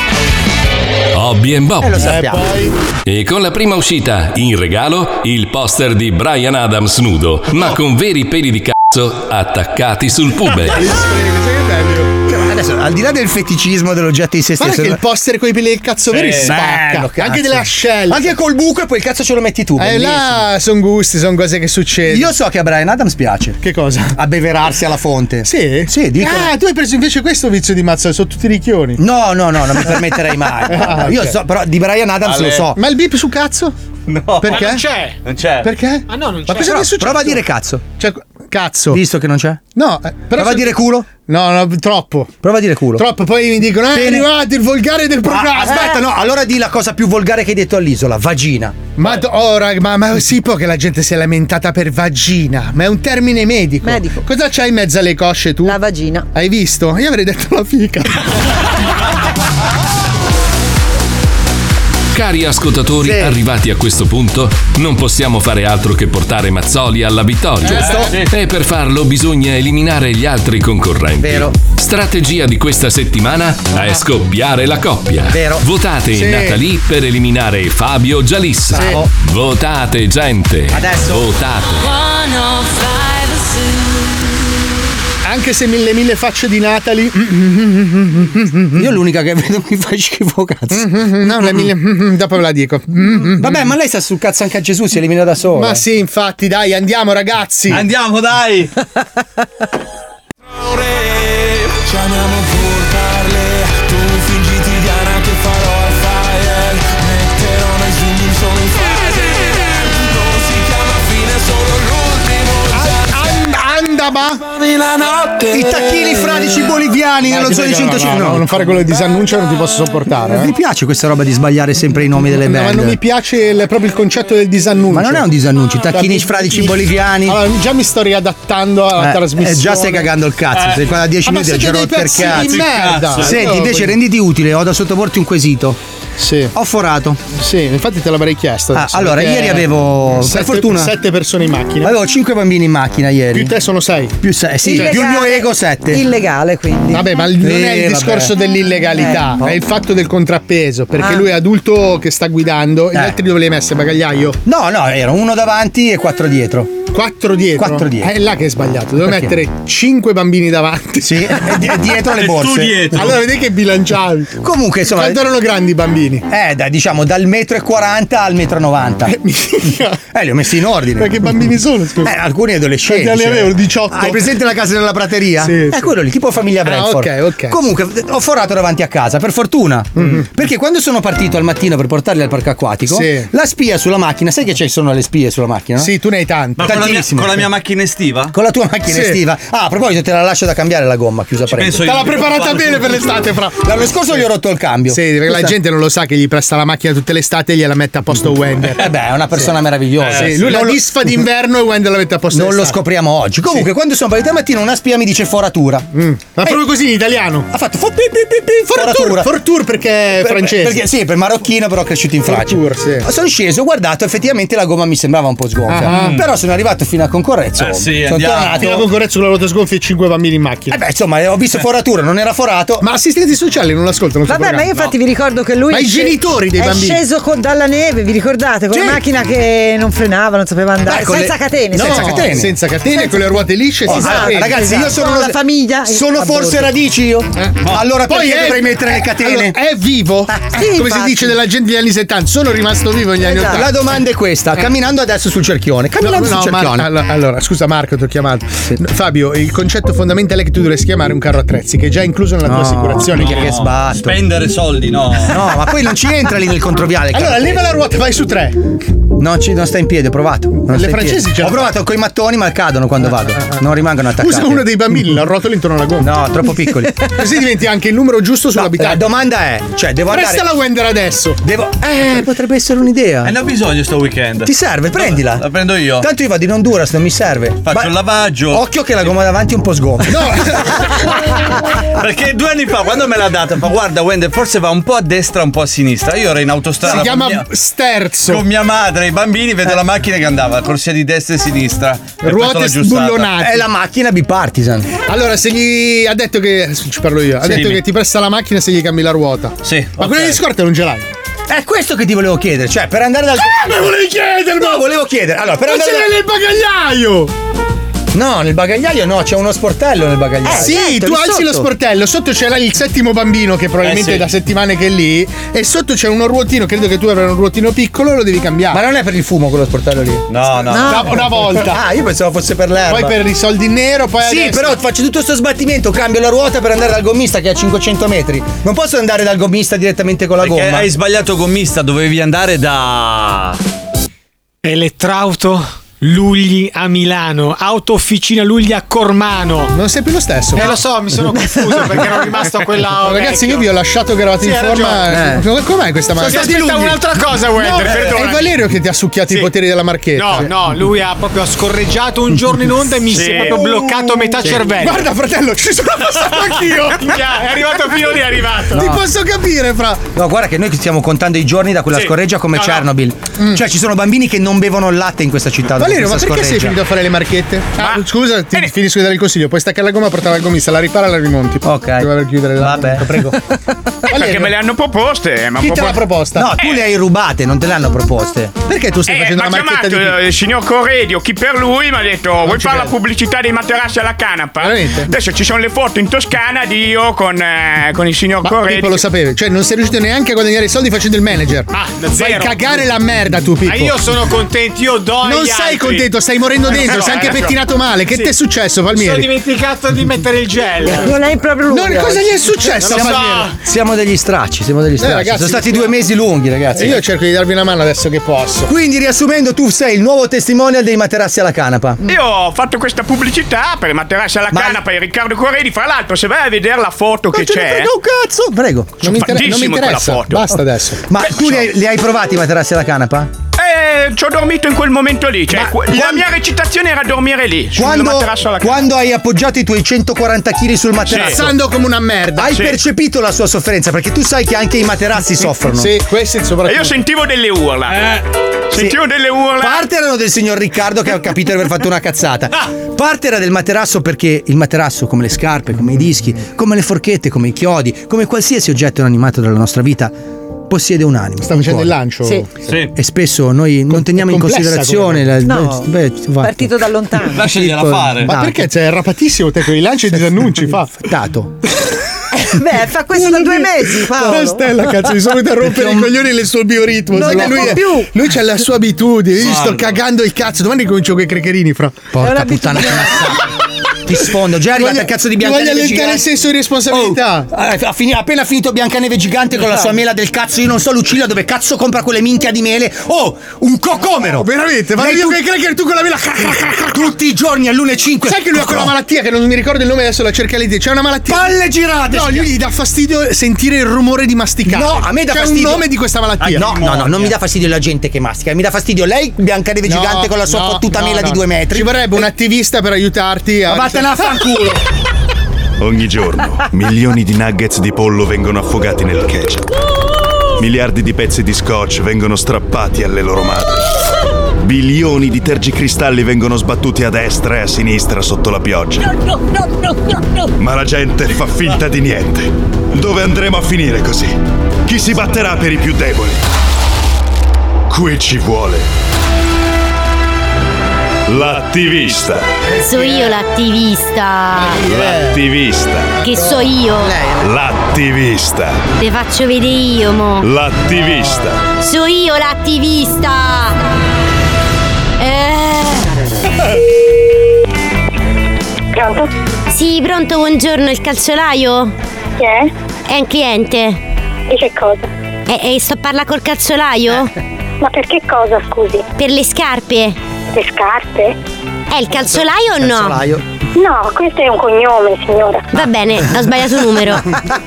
Hobby and Bob. Eh, lo sappiamo. E con la prima uscita, in regalo, il poster di Bryan Adams nudo, ma con veri peli di cazzo attaccati sul pube. Adesso, al di là del feticismo dell'oggetto in se Guarda stesso, che il poster con i peli del cazzo veri Sì, spacca. bello, cazzo. Anche delle ascelle. Anche col buco e poi il cazzo ce lo metti tu. Eh, bellissimo. là sono gusti, sono cose che succedono. Io so che a Bryan Adams piace. Che cosa? Abbeverarsi alla fonte. Sì? Sì, dico. Ah, tu hai preso invece questo vizio di mazzo, sono tutti ricchioni. No, no, no, non mi permetterei mai. Ah, Io ok. so, però di Bryan Adams Ale. lo so. Ma il bip su cazzo? No. Perché? Ma non c'è. Non c'è. Perché? Ah no, non c'è. Ma cosa Però è successo? prova a dire cazzo. Cioè, cazzo. Visto che non c'è? No, eh, però Prova a se- dire culo. No, no, troppo. Prova a dire culo. Troppo, poi mi dicono, eh, è Pene. arrivato il volgare del programma. Ah, aspetta, no, allora di la cosa più volgare che hai detto all'isola, vagina. Ma, oh, rag- ma, ma si può che la gente si è lamentata per vagina? Ma è un termine medico. Medico. Cosa c'hai in mezzo alle cosce tu? La vagina. Hai visto? Io avrei detto la fica. Cari ascoltatori, Sì. arrivati a questo punto, non possiamo fare altro che portare Mazzoli alla vittoria. Giusto. E per farlo bisogna eliminare gli altri concorrenti. Vero. Strategia di questa settimana è scoppiare la coppia. Vero. Votate Sì. Natalie per eliminare Fabio Gialissa. Bravo. Votate gente. Adesso. Votate. Anche se mille mille facce di Natalie. Io l'unica che vedo mi fa schifo cazzo. No, le mille. Dopo ve la dico. Vabbè, ma lei sta sul cazzo anche a Gesù, si elimina da sola. Ma sì, infatti, dai, andiamo ragazzi. Andiamo, dai. Chiamiamo pur parle, tu fingiti Diana che farò al fire. Metterò noi zoom solo in fase. Non si chiama fine, solo l'ultimo An- Andaba. la notte. I tacchini fradici boliviani No, nello ti zoo di prego, no, centocinque. no, no, non fare quello di disannuncio, non ti posso sopportare. Mi Eh. piace questa roba di sbagliare sempre i nomi delle No, band. ma non mi piace il- proprio il concetto del disannuncio. Ma non è un disannuncio, i tacchini Cioè, fradici mi- boliviani. Allora, già mi sto riadattando alla Eh, trasmissione. eh, già stai cagando il cazzo. Eh. Sei qua da dieci Ah, ma minuti a siete girare dei per pezzi cazzo. di merda. Senti, Io invece voglio- renditi utile, ho da sottoporti un quesito. Sì. Ho forato. Sì, infatti te l'avrei chiesto. Ah, adesso, allora, perché ieri avevo. Per sette, fortuna. sette persone in macchina. Avevo cinque bambini in macchina ieri. Più te sono sei. Più sei, sì, Illegale- più il mio ego sette. Illegale, quindi. Vabbè, ma non è Eh, il discorso vabbè. dell'illegalità, Eh, è il fatto del contrappeso. Perché Ah. lui è adulto che sta guidando, gli Eh. altri dove li hai messi? Bagagliaio? No, no, erano uno davanti e quattro dietro. Quattro dietro? Quattro dietro. È là che è sbagliato. Devo Perché? mettere cinque bambini davanti. Sì, e di- e dietro le E tu borse. dietro. Allora vedi che bilanciavi. Comunque, insomma. Quanto erano grandi i bambini? Eh, dai, diciamo dal metro e quaranta al metro e novanta. Eh, mica. Eh, li ho messi in ordine. Ma che bambini sono? Scusa. Eh, alcuni adolescenti. Quanti anni cioè. avevo? diciotto. Hai presente la casa della prateria? Sì, È sì. quello lì, tipo famiglia Bradford. ok, ok. Comunque, ho forato davanti a casa, per fortuna. Mm-hmm. Perché quando sono partito al mattino per portarli al parco acquatico, Sì. la spia sulla macchina, sai che ci sono le spie sulla macchina? no? Sì, tu ne hai tanti. Ma con la, mia, Tantissime. con la mia macchina estiva? Con la tua macchina Sì. estiva. Ah, a proposito, te la lascio da cambiare la gomma, chiusa parentesi. penso Te io. l'ha preparata bene per l'estate, fra. L'anno scorso gli ho rotto il cambio. Sì, perché la Questa- gente non lo sa che gli presta la macchina tutte le estate e gliela mette a posto Wender. Eh beh, è una persona meravigliosa. Sì, lui la Non lo- disfa d'inverno e Wender la mette a posto Non lo d'estate. scopriamo oggi. Comunque, quando sono partito mattina, una spia mi dice foratura. Mm. Ma proprio così in italiano. Ha fatto fo- pi- pi- pi- pi- Fortour, foratura. Fortour perché è Per- francese. Perché sì, per marocchino, però cresciuto in Francia. Fortour, sì. Sono sceso, ho guardato, effettivamente la gomma mi sembrava un po' sgonfia. Ah. Però sono arrivato arrivato fino a Concorrezzo. Eh sì, sono andiamo. tornato. Fino a Concorrezzo con la ruota sgonfia e cinque bambini in macchina. Eh beh, insomma, ho visto foratura, non era forato. Ma assistenti sociali non l'ascoltano. Vabbè, ma io infatti vi ricordo che lui Ma è i sce- genitori dei è bambini. sceso con- dalla neve, vi ricordate? Con Sì. la macchina che non frenava, non sapeva andare. Beh, con senza le- catene, no, senza catene. senza catene, con le ruote lisce. Oh, senza allora, catene. ragazzi, io sono Con la famiglia. Sono a forse bordo. radici io? Allora Poi perché è- dovrei mettere le catene? allora, è vivo? sì, Come si infatti. dice della gente degli anni settanta. Sono rimasto vivo negli anni Esatto. ottanta. La domanda è questa, camminando adesso sul cerchione. Camminando No, no, sul Mar- cerchione. allora, allora, scusa Marco, ti ho chiamato. Fabio, il concetto fondamentale è che tu dovresti chiamare un carro attrezzi, che è già incluso nella tua No, assicurazione. che- che sbatto. Spendere soldi, no. No, ma poi non ci entra lì nel controviale. Allora, caro. leva la ruota, vai su tre. Non, ci, non sta in piedi, ho provato. Non sta in francesi piedi. ce Ho la provato con i mattoni, ma cadono quando vado. Non rimangono attaccati. Usa uno dei bambini, la rotolo intorno alla gomma. No, troppo piccoli. Così diventi anche il numero giusto La sull'abitante. domanda è, cioè, devo andare. Presta la Wender adesso. Devo. Eh, potrebbe essere un'idea. E ne ho bisogno sto weekend. Ti serve, prendila. La prendo io. Tanto io vado in Honduras, non mi serve. Faccio Ma- il lavaggio. Occhio che la gomma davanti è un po' sgonfia. Perché due anni fa, quando me l'ha data, fa guarda Wender, forse va un po' a destra, un po' a sinistra. Io ero in autostrada. Si chiama con mia, sterzo. con mia madre e i bambini, vedo la macchina che andava, corsia di destra e sinistra. E Ruote poi sono aggiustata. sbullonate. È la macchina bipartisan. Allora, se gli ha detto che. Ci parlo io. Ha Sì, detto dimmi. che ti presta la macchina se gli cambi la ruota. Sì. Ma ok. quella di scorta non ce l'hai. È questo che ti volevo chiedere, cioè per andare dal. Ah, ma volevi chiedermi! No, volevo chiedere. Allora, per Ma ce andare l'hai nel bagagliaio! No, nel bagagliaio no, c'è uno sportello nel bagagliaio. Eh, sì, Certo, tu lì alzi sotto. lo sportello, sotto c'è là il settimo bambino che probabilmente Eh, è sì. da settimane che è lì, e sotto c'è uno ruotino, credo che tu avrai un ruotino piccolo e lo devi cambiare. Ma non è per il fumo quello sportello lì? No, no. Una, una volta. Ah, io pensavo fosse per l'erba. Poi per i soldi in nero, poi Sì, adesso- però faccio tutto sto sbattimento, cambio la ruota per andare dal gommista che è a cinquecento metri. Non posso andare dal gommista direttamente con la Perché gomma. hai sbagliato gommista, dovevi andare da. Elettrauto Lugli a Milano, auto officina Lugli a Cormano. Non sei più lo stesso. Eh lo so, mi sono confuso perché ero rimasto a quella. Ragazzi, io vi ho lasciato che eravate Sì, in hai forma. ragione. Com'è questa So, macchina? ti aspettavo un'altra cosa, Wender, No, perdonami. è Valerio che ti ha succhiato Sì. i poteri della marchetta. No, no, lui ha proprio scorreggiato un giorno in onda e mi Sì. si è proprio bloccato a metà cervello. Guarda, fratello, ci sono passato anch'io. Minchia, è arrivato fino lì, è arrivato. Ti posso capire, fra. No, guarda che noi stiamo contando i giorni da quella Sì. scorreggia come No, no. Chernobyl. Cioè ci sono bambini che non bevono il latte in questa città. dopo Valerio, ma questa perché sei scorreggia. finito a fare le marchette? Ah, scusa, ti finisco di dare il consiglio. Puoi staccare la gomma, portare al gommista, la ripara e la rimonti. Ok. Doveva chiudere la. Vabbè, prego. Perché me le hanno proposte. ma Chi te l'ha proposta? No, tu le hai rubate, non te le hanno proposte. Perché tu stai Eh, facendo mi una ha marchetta chiamato di. il signor Corredio, chi per lui, mi ha detto vuoi ci fare la credo. pubblicità dei materassi alla canapa? Veramente? Adesso ci sono le foto in Toscana di io con, eh, con il signor Ma Corredio. Pippo lo sapevi, cioè non sei riuscito neanche a guadagnare i soldi facendo il manager. Ah, da Fai zero. cagare la merda tu, Pippo. Ma io sono contento, io do Non agli sei altri. contento, stai morendo Eh, dentro, no, sei anche hai ragione. pettinato male. Che Sì. ti è successo, Mi sono Palmieri? dimenticato di mettere il gel. Non è proprio lui. Non, cosa gli è successo, Non lo so. Palmieri? Siamo degli stracci, siamo degli stracci. ragazzi, sono stati sì. due mesi lunghi, ragazzi. E io cerco di darvi una mano adesso che posso. Quindi, riassumendo, tu sei il nuovo testimonial dei materassi alla canapa. Io ho fatto questa pubblicità per i materassi alla Ma- canapa e Riccardo Corredi. Fra l'altro, se vai a vedere la foto che Ce ne c'è. frega un cazzo. Prego. Non mi, inter- non mi fandissimo quella interessa. foto. Basta adesso. Ma tu li hai, li hai provati i materassi alla canapa? Eh, ci ho dormito in quel momento lì. Cioè, Ma qu- la quando- mia recitazione era dormire lì. Sul Quando, materasso alla canapa. quando hai appoggiato i tuoi centoquaranta chili sul materasso, Passando come una merda. hai Sì. percepito la sua sofferenza? Perché tu sai che anche i materassi soffrono. Sì, questo è E soprattutto. io sentivo delle urla. Eh. Sentivo delle urla. Parte erano del signor Riccardo che ha capito di aver fatto una cazzata. Parte era del materasso perché il materasso, come le scarpe, come i dischi, come le forchette, come i chiodi, come qualsiasi oggetto inanimato della nostra vita, possiede un'anima. Sta un facendo il cuore. lancio. Sì. Sì. E spesso noi non teniamo in complessa considerazione la, No, beh, va. partito da lontano. Lasciagliela fare. Ma No, perché sei arrapatissimo te con i lanci e i disannunci? Fa. Dato. Beh, fa questo da due mesi, Ma Paolo. Stella, cazzo, mi sono venuto a rompere i coglioni nel suo bioritmo. Non Solo ne lui, può è- più. lui c'ha la sua abitudine. Io gli sto cagando il cazzo. Domani comincio con i crecherini, fra. Porca puttana. Ti sfondo, già è arrivato il cazzo di Ti voglio Biancaneve allentare il gigante. senso di responsabilità. Oh, eh, ha fini- appena finito Biancaneve gigante con la sua mela del cazzo. Io non so Lucilla dove cazzo compra quelle minchia di mele. Oh, un cocomero. Veramente, vado Lei io tu- con i cracker, tu con la mela. Tutti i giorni all'una e cinque. Sai che lui ha quella malattia che non mi ricordo il nome, adesso la cerca lì. C'è una malattia. Palle girate. No, lui gli dà fastidio sentire il rumore di masticare. No, a me dà C'è fastidio. un nome di questa malattia. No, no, no, non mi dà fastidio la gente che mastica, mi dà fastidio lei, Biancaneve No, gigante con la sua no, fottuta no, mela no. di due metri. Ci vorrebbe un attivista per aiutarti a. Ma vattene a fanculo. Ogni giorno milioni di nuggets di pollo vengono affogati nel ketchup. Miliardi di pezzi di scotch vengono strappati alle loro madri. Bilioni di tergicristalli vengono sbattuti a destra e a sinistra sotto la pioggia. No, no, no, no, no. Ma la gente fa finta di niente. Dove andremo a finire così? Chi si batterà per i più deboli? Qui ci vuole l'attivista. So io l'attivista. L'attivista. Che so io. L'attivista. Te faccio vedere io, mo. L'attivista. So io l'attivista. Eh. Pronto? Sì, pronto, buongiorno, il calzolaio? Chi è? È un cliente. Di che cosa? E, e sto a parlare col calzolaio? Ma per che cosa, scusi? Per le scarpe. Le scarpe? È il calzolaio o no? Calzolaio. No, questo è un cognome, signora. Va bene, ho sbagliato il numero.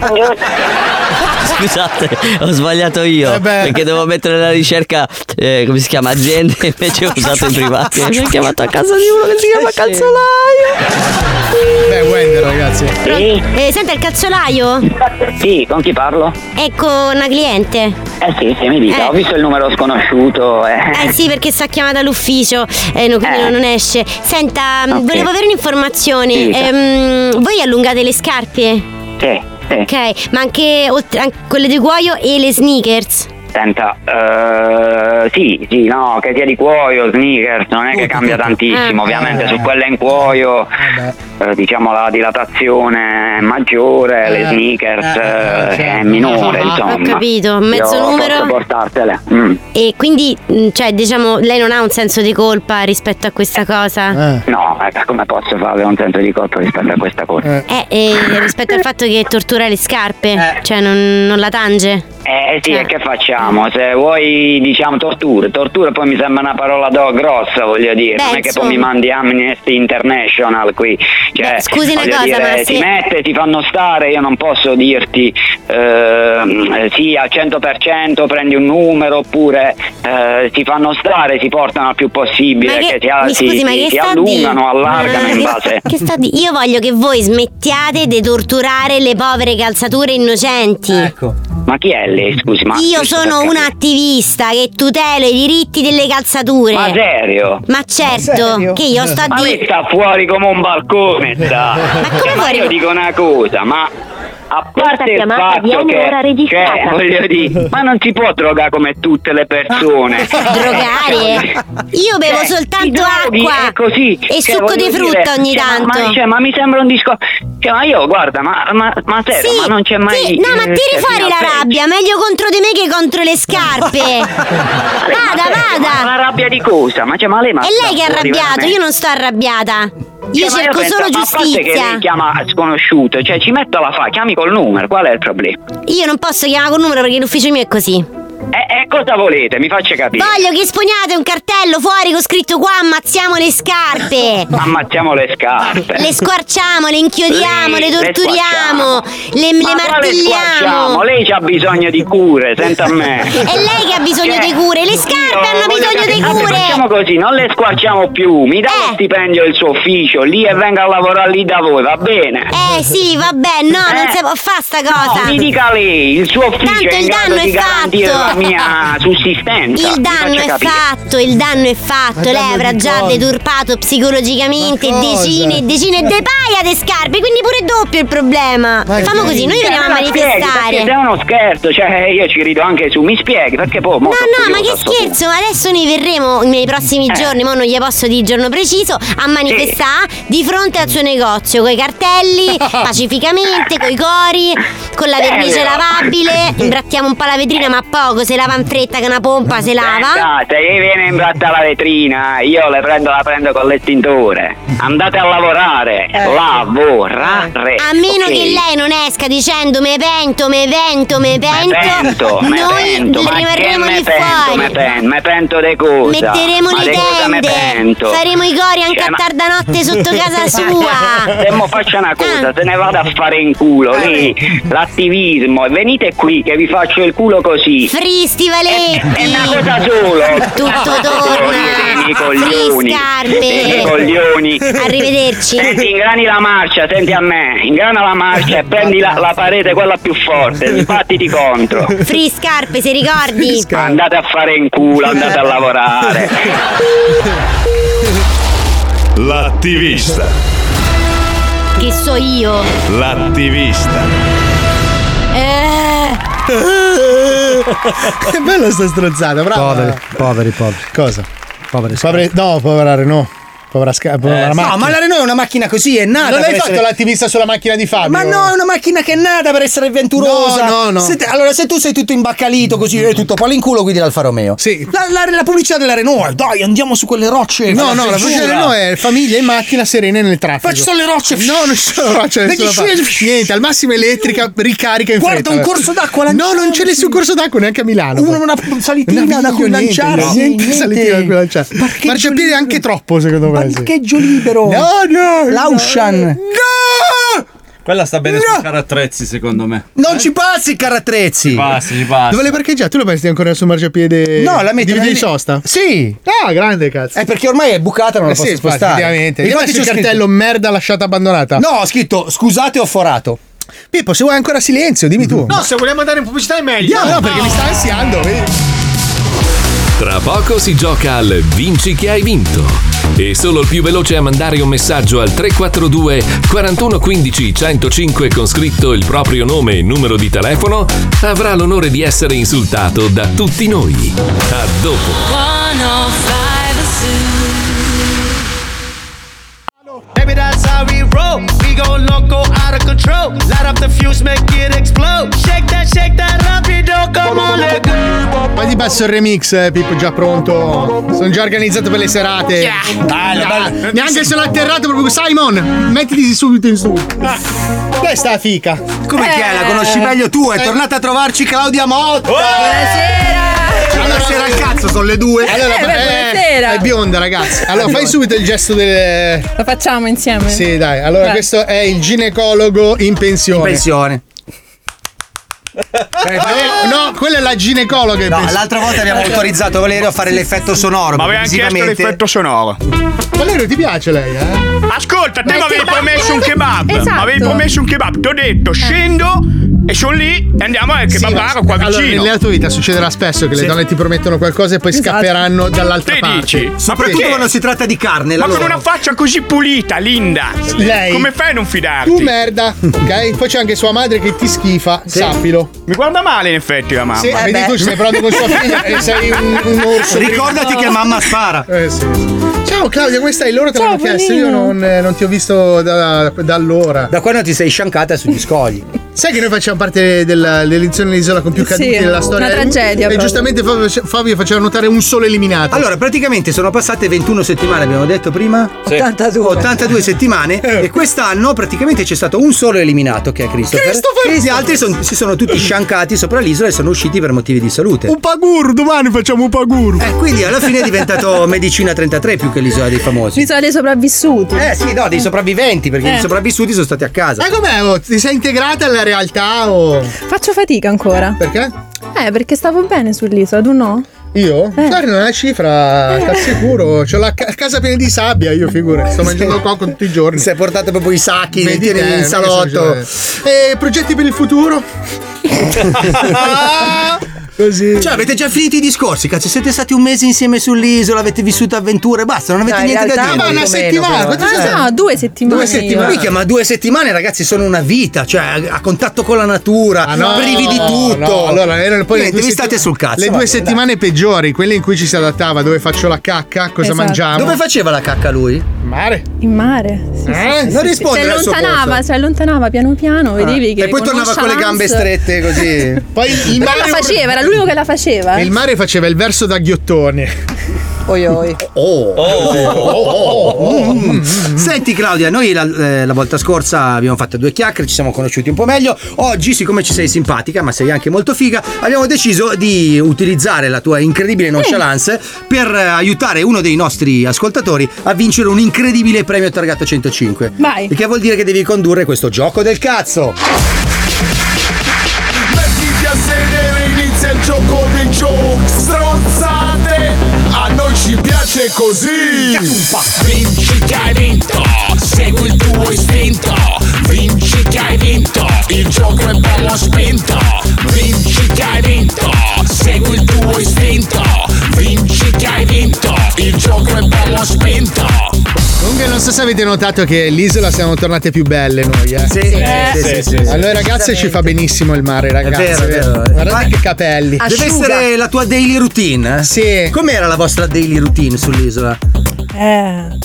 Scusate, ho sbagliato io. Perché devo mettere la ricerca, eh, come si chiama, aziende, invece ho usato in privato. Mi ho chiamato a casa di uno che si chiama calzolaio. Beh, Wender, ragazzi. Sì. Eh, senta il calzolaio? Sì, con chi parlo? Ecco, una cliente. Eh sì, sì, mi dica, Eh. ho visto il numero sconosciuto. Eh, Eh sì, perché sta chiamata all'ufficio, eh, no, quindi Eh. non esce. Senta, Ok. volevo avere un'informazione. Sì, sì. Ehm, voi allungate le scarpe? sì, sì. Ok, ma anche, oltre, anche quelle di cuoio e le sneakers? Senta, eh, sì, sì, no, che sia di cuoio, sneakers, non è che cambia tantissimo, Eh. ovviamente su quelle in cuoio, eh, diciamo la dilatazione è maggiore, le sneakers eh, è minore, insomma. Ho capito, mezzo Io numero? posso portartele. Mm. E quindi, mh, cioè, diciamo, lei non ha un senso di colpa rispetto a questa cosa? No, eh, come posso fare un senso di colpa rispetto a questa cosa? Eh, e rispetto al fatto che tortura le scarpe, cioè non, non la tange? Eh sì, e che facciamo? Se vuoi, diciamo, torture, torture poi mi sembra una parola do grossa, voglio dire. Beh, non è che insomma. poi mi mandi Amnesty International qui. Cioè, Beh, scusi una voglio cosa, dire, ma se- ti mette, ti fanno stare, io non posso dirti ehm, sì al cento per cento prendi un numero, oppure eh, si fanno stare, si portano al più possibile, Ma che, che- si, mi scusi, si, ma che si sta a allungano, di- allargano Ma in che- base. Che sta di? Io voglio che voi smettiate di torturare le povere calzature innocenti. Ecco. Ma chi è lei, scusi? Ma Io giusto sono per un capire. attivista che tutela i diritti delle calzature. Ma serio? Ma certo, che io sto a Ma lei dire. sta fuori come un balcone, sta. Ma come Cioè, ma fuori? io dico una cosa, ma a parte il chiamata fatto viene che, ora registrata. cioè, voglio dire, ma non si può drogare come tutte le persone. Drogare? Io bevo Cioè, soltanto ti droghi, acqua è così. e Cioè, succo di voglio frutta dire, ogni cioè, ma- tanto. Ma, cioè, ma mi sembra un discorso. Cioè, ma io, guarda, ma, ma, ma serio, Sì, ma non c'è mai. sì, no, ma eh, tiri cioè, fuori fino la a peggio. rabbia, meglio contro di me che contro le scarpe. Vada, Ma vada. la rabbia di cosa? Ma, cioè, ma lei ma È sta lei che è fuori, arrabbiato, veramente? io non sto arrabbiata. Io Cioè, ma cerco penso- solo ma a parte che giustizia. lei chiama sconosciuto, cioè ci metto la fa, chiami col numero, qual è il problema? Io non posso chiamare con numero perché l'ufficio mio è così. E, e cosa volete? Mi faccia capire. Voglio che esponiate un cartello fuori con scritto qua ammazziamo le scarpe. Ammazziamo le scarpe. Le squarciamo, le inchiodiamo, Lei- le le torturiamo, le, le, Ma quale martelliamo. squarciamo? Lei c'ha bisogno di cure, senta a me. È lei che ha bisogno Cioè, di cure, le scarpe io hanno voglio bisogno capire- di vabbè, cure. Facciamo così, non le squarciamo più. Mi dà lo stipendio del suo ufficio lì e venga a lavorare lì da voi, va bene? Eh sì, vabbè, no, non Eh. si può fare sta cosa. No, mi dica lei, il suo ufficio Tanto è in il grado danno di è garantire fatto. la mia sussistenza. Il Mi danno faccia è capire. fatto, il danno è fatto. Ma Lei danno avrà di già cosa? deturpato psicologicamente Ma cosa? decine e decine di paia di scarpe, quindi pure doppio il problema. Facciamo così, noi Cioè, veniamo a me la spieghi, manifestare. perché se è uno scherzo, cioè io ci rido anche su, mi spieghi, perché poi mo No, sono no, ma che curioso a sto punto. scherzo, adesso noi verremo nei prossimi Eh. giorni, ma non gli posso dire il giorno preciso, a manifestare di fronte al suo negozio, coi cartelli, pacificamente, coi cori, con la vernice Serio? lavabile, imbrattiamo un po' la vetrina, ma poco, se lava in fretta che una pompa si lava. Senta, se gli viene in bratta la vetrina, io le prendo, la prendo con l'estintore. Andate a lavorare, lavorare. A meno ok? che lei non esca dicendo me pento, me pento, me pento, Pento, me noi pento, ma che rimarremo me lì pento, fuori. me pento, me pento de cosa? Metteremo ma le de cosa me tende, pento? faremo i cori anche Cioè, a ma- tarda notte sotto casa sua. Se mo faccia una cosa, Ah. se ne vada a fare in culo lì, l'attivismo, e venite qui che vi faccio il culo così. Frega Free stivaletti. È una cosa solo. Tutto torna. I coglioni. Free scarpe. I coglioni. Arrivederci. Senti, ingrani la marcia, senti a me. Ingrana la marcia e prendi la, la parete quella più forte. Sbattiti contro. Free scarpe, se ricordi. Andate a fare in culo, andate a lavorare. L'attivista. Che so io. L'attivista. Eh. Che bella sta strozzata, brava. Poveri, poveri, poveri. Cosa? Poveri. Poveri, no, povera Renault. Povera, sca- povera Eh, macchina. no, ma la Renault è una macchina così, è nata. Non per hai fatto essere- l'attivista sulla macchina di Fabio? Ma no, è una macchina che è nata per essere avventurosa. No, no, no. Se te- allora, se tu sei tutto imbacalito così, e tutto palinculo, guidi l'Alfa Romeo. Sì. La, la- la pubblicità della Renault, è, dai, andiamo su quelle rocce. No, fai no, la avventura. voce Renault è famiglia in macchina serene nel traffico. Ma ci sono le rocce. No, non ci sono rocce. Vedi, nessuna parte. scesi- Niente, al massimo elettrica, ricarica in Guarda, fretta. un corso d'acqua No, lanciato. non c'è nessun corso d'acqua neanche a Milano. Una, una salitina Una da cui miglio, niente, lanciarsi. Niente, niente. salitina da cui lanciarsi. Marciapiede anche troppo, secondo me. sì. Parcheggio libero. No, no. L'Aushan. No! Quella sta bene No! sui carrattrezzi, secondo me. Non ci passi il carrattrezzi. Ci passi, ci passi. Dove l'hai parcheggiato? Tu lo pensi ancora sul marciapiede? No, la metti di via lì. di sosta? Sì. Ah, grande cazzo. È perché ormai è bucata, non la Eh posso sì, spostare. effettivamente. Infatti Infatti c'è c'è il scritto- cartello merda lasciata abbandonata. No, ho scritto scusate, ho forato. Pippo, se vuoi ancora silenzio, dimmi tu. No, se vogliamo andare in pubblicità è meglio. no, no, perché mi sta ansiando, vedi? Tra poco si gioca al Vinci che hai vinto. E solo il più veloce a mandare un messaggio al tre quattro due quarantuno quindici centocinque con scritto il proprio nome e numero di telefono avrà l'onore di essere insultato da tutti noi. A dopo. Baby, that's how we roll. We go loco, out of control. Light up the fuse, make it explode. Shake that, shake that rapido, come on, let go. Poi ti passo il remix, eh, Pippo, già pronto. Sono già organizzato per le serate. Yeah. Bello, bello. Neanche sono atterrato proprio. Simon, mettiti subito in su. Questa è la fica. Come che è? La conosci meglio tu? È tornata a trovarci Claudia Motta. Buonasera. Buonasera al cazzo, sono le due. Allora, Eh, beh, buonasera. è bionda, ragazzi. Allora, fai subito il gesto del. Lo facciamo insieme? Sì, dai. Allora, Vai. questo è il ginecologo in pensione. In pensione. Eh, no, quella è la ginecologa in No, pensione. l'altra volta abbiamo autorizzato Valerio a fare l'effetto sonoro. Ma aveva chiesto visivamente- l'effetto sonoro. Valerio, ti piace lei, eh? Ascolta, te Ma mi il avevi kebab- promesso un kebab. Esatto. Mi avevi promesso un kebab. Ti ho detto, scendo e sono lì e andiamo al kebabaro qua Allora, vicino. nella tua vita succederà spesso che le Sì. donne ti promettono qualcosa e poi Esatto. scapperanno dall'altra Te parte. dici? Soprattutto Perché? quando si tratta di carne. Ma la con loro. una faccia così pulita, linda. Lei. Come fai a non fidarti? Tu merda, ok? Poi c'è anche sua madre che ti schifa, sappilo. Mi guarda male in effetti la mamma. Sì, vedi beh. tu ci stai parlando con sua figlia e sei un, un orso. Ricordati che mamma spara. Eh, sì, sì. Ciao Claudia, come stai? Loro te Ciao, l'hanno chiesto, io Paolino. non, eh, non ti ho visto da, da allora. Da quando ti sei sciancata sugli scogli. Sai che noi facciamo parte della- dell'edizione dell'isola con più Sì, caduti della storia. una tragedia E proprio. giustamente Fabio, Fabio faceva notare un solo eliminato. Allora, praticamente sono passate ventuno settimane, abbiamo detto prima? ottantadue. ottantadue settimane e quest'anno praticamente c'è stato un solo eliminato che è Christopher. Christopher! Gli altri son- si sono tutti sciancati sopra l'isola e sono usciti per motivi di salute. Un pagur, domani facciamo un pagur. Eh, quindi alla fine è diventato Medicina trentatré più che l'isola dei famosi. L'isola dei sopravvissuti. Eh sì, no, dei sopravviventi, perché Eh. i sopravvissuti sono stati a casa. E com'è? Oh, ti sei integrata alla realtà o. Faccio fatica ancora. Perché? Eh, perché stavo bene sull'isola, tu no? Io? Eh. Guarda, non è cifra, ti assicuro. C'ho la ca- casa piena di sabbia, io figura. Sto mangiando qua tutti i giorni. Si è portato proprio i sacchi, li Vedi tieni te, in non è che salotto. sono- E progetti per il futuro? Così. Cioè, avete già finito i discorsi, cazzo, siete stati un mese insieme sull'isola, avete vissuto avventure, basta, non avete No, in niente da realtà dire. Ma una molto meno, settimana, però. quanto Ah, sei? no, due settimane. Due settimane. io. Mica, ma due settimane, ragazzi, sono una vita, cioè a, a contatto con la natura, Ah, no, privi di tutto. no, allora erano poi le Niente, due vi state setti- sul cazzo. Le vabbè, due settimane peggiori, quelle in cui ci si adattava, dove faccio la cacca, cosa Esatto. mangiamo? dai. Dove faceva la cacca lui? Mare. In mare. Sì, Eh? sì, sì, Non sì, rispondere Si al suo allontanava, posto. si allontanava piano piano, vedevi che E poi tornava con le gambe strette così. Poi il Però mare la faceva, era l'unico che la faceva. Il mare faceva il verso da ghiottone. Oi oi. Oh. Mm. Senti Claudia, noi la, eh, la volta scorsa abbiamo fatto due chiacchiere, ci siamo conosciuti un po' meglio. Oggi, siccome ci sei simpatica, ma sei anche molto figa, abbiamo deciso di utilizzare la tua incredibile nonchalance per eh, aiutare uno dei nostri ascoltatori a vincere un incredibile premio targato centocinque. Vai. Il che vuol dire che devi condurre questo gioco del cazzo. Mettiti a sedere, inizia il gioco del show, stronzate, a noi ci piace così. Vinci che hai vinto, segui il tuo istinto. Vinci che hai vinto, il gioco è bello spinto. Vinci che hai vinto, segui il tuo istinto. Vinci che hai vinto, il gioco è bello spinto. Comunque non so se avete notato che l'isola siamo tornate più belle noi, eh. Sì, sì, sì, sì, sì. A noi ragazze ci fa benissimo il mare, ragazzi. È vero, è vero. Guardate Ma- che capelli. Deve essere la tua daily routine? Eh? Sì. Com'era la vostra daily routine sull'isola? Eh.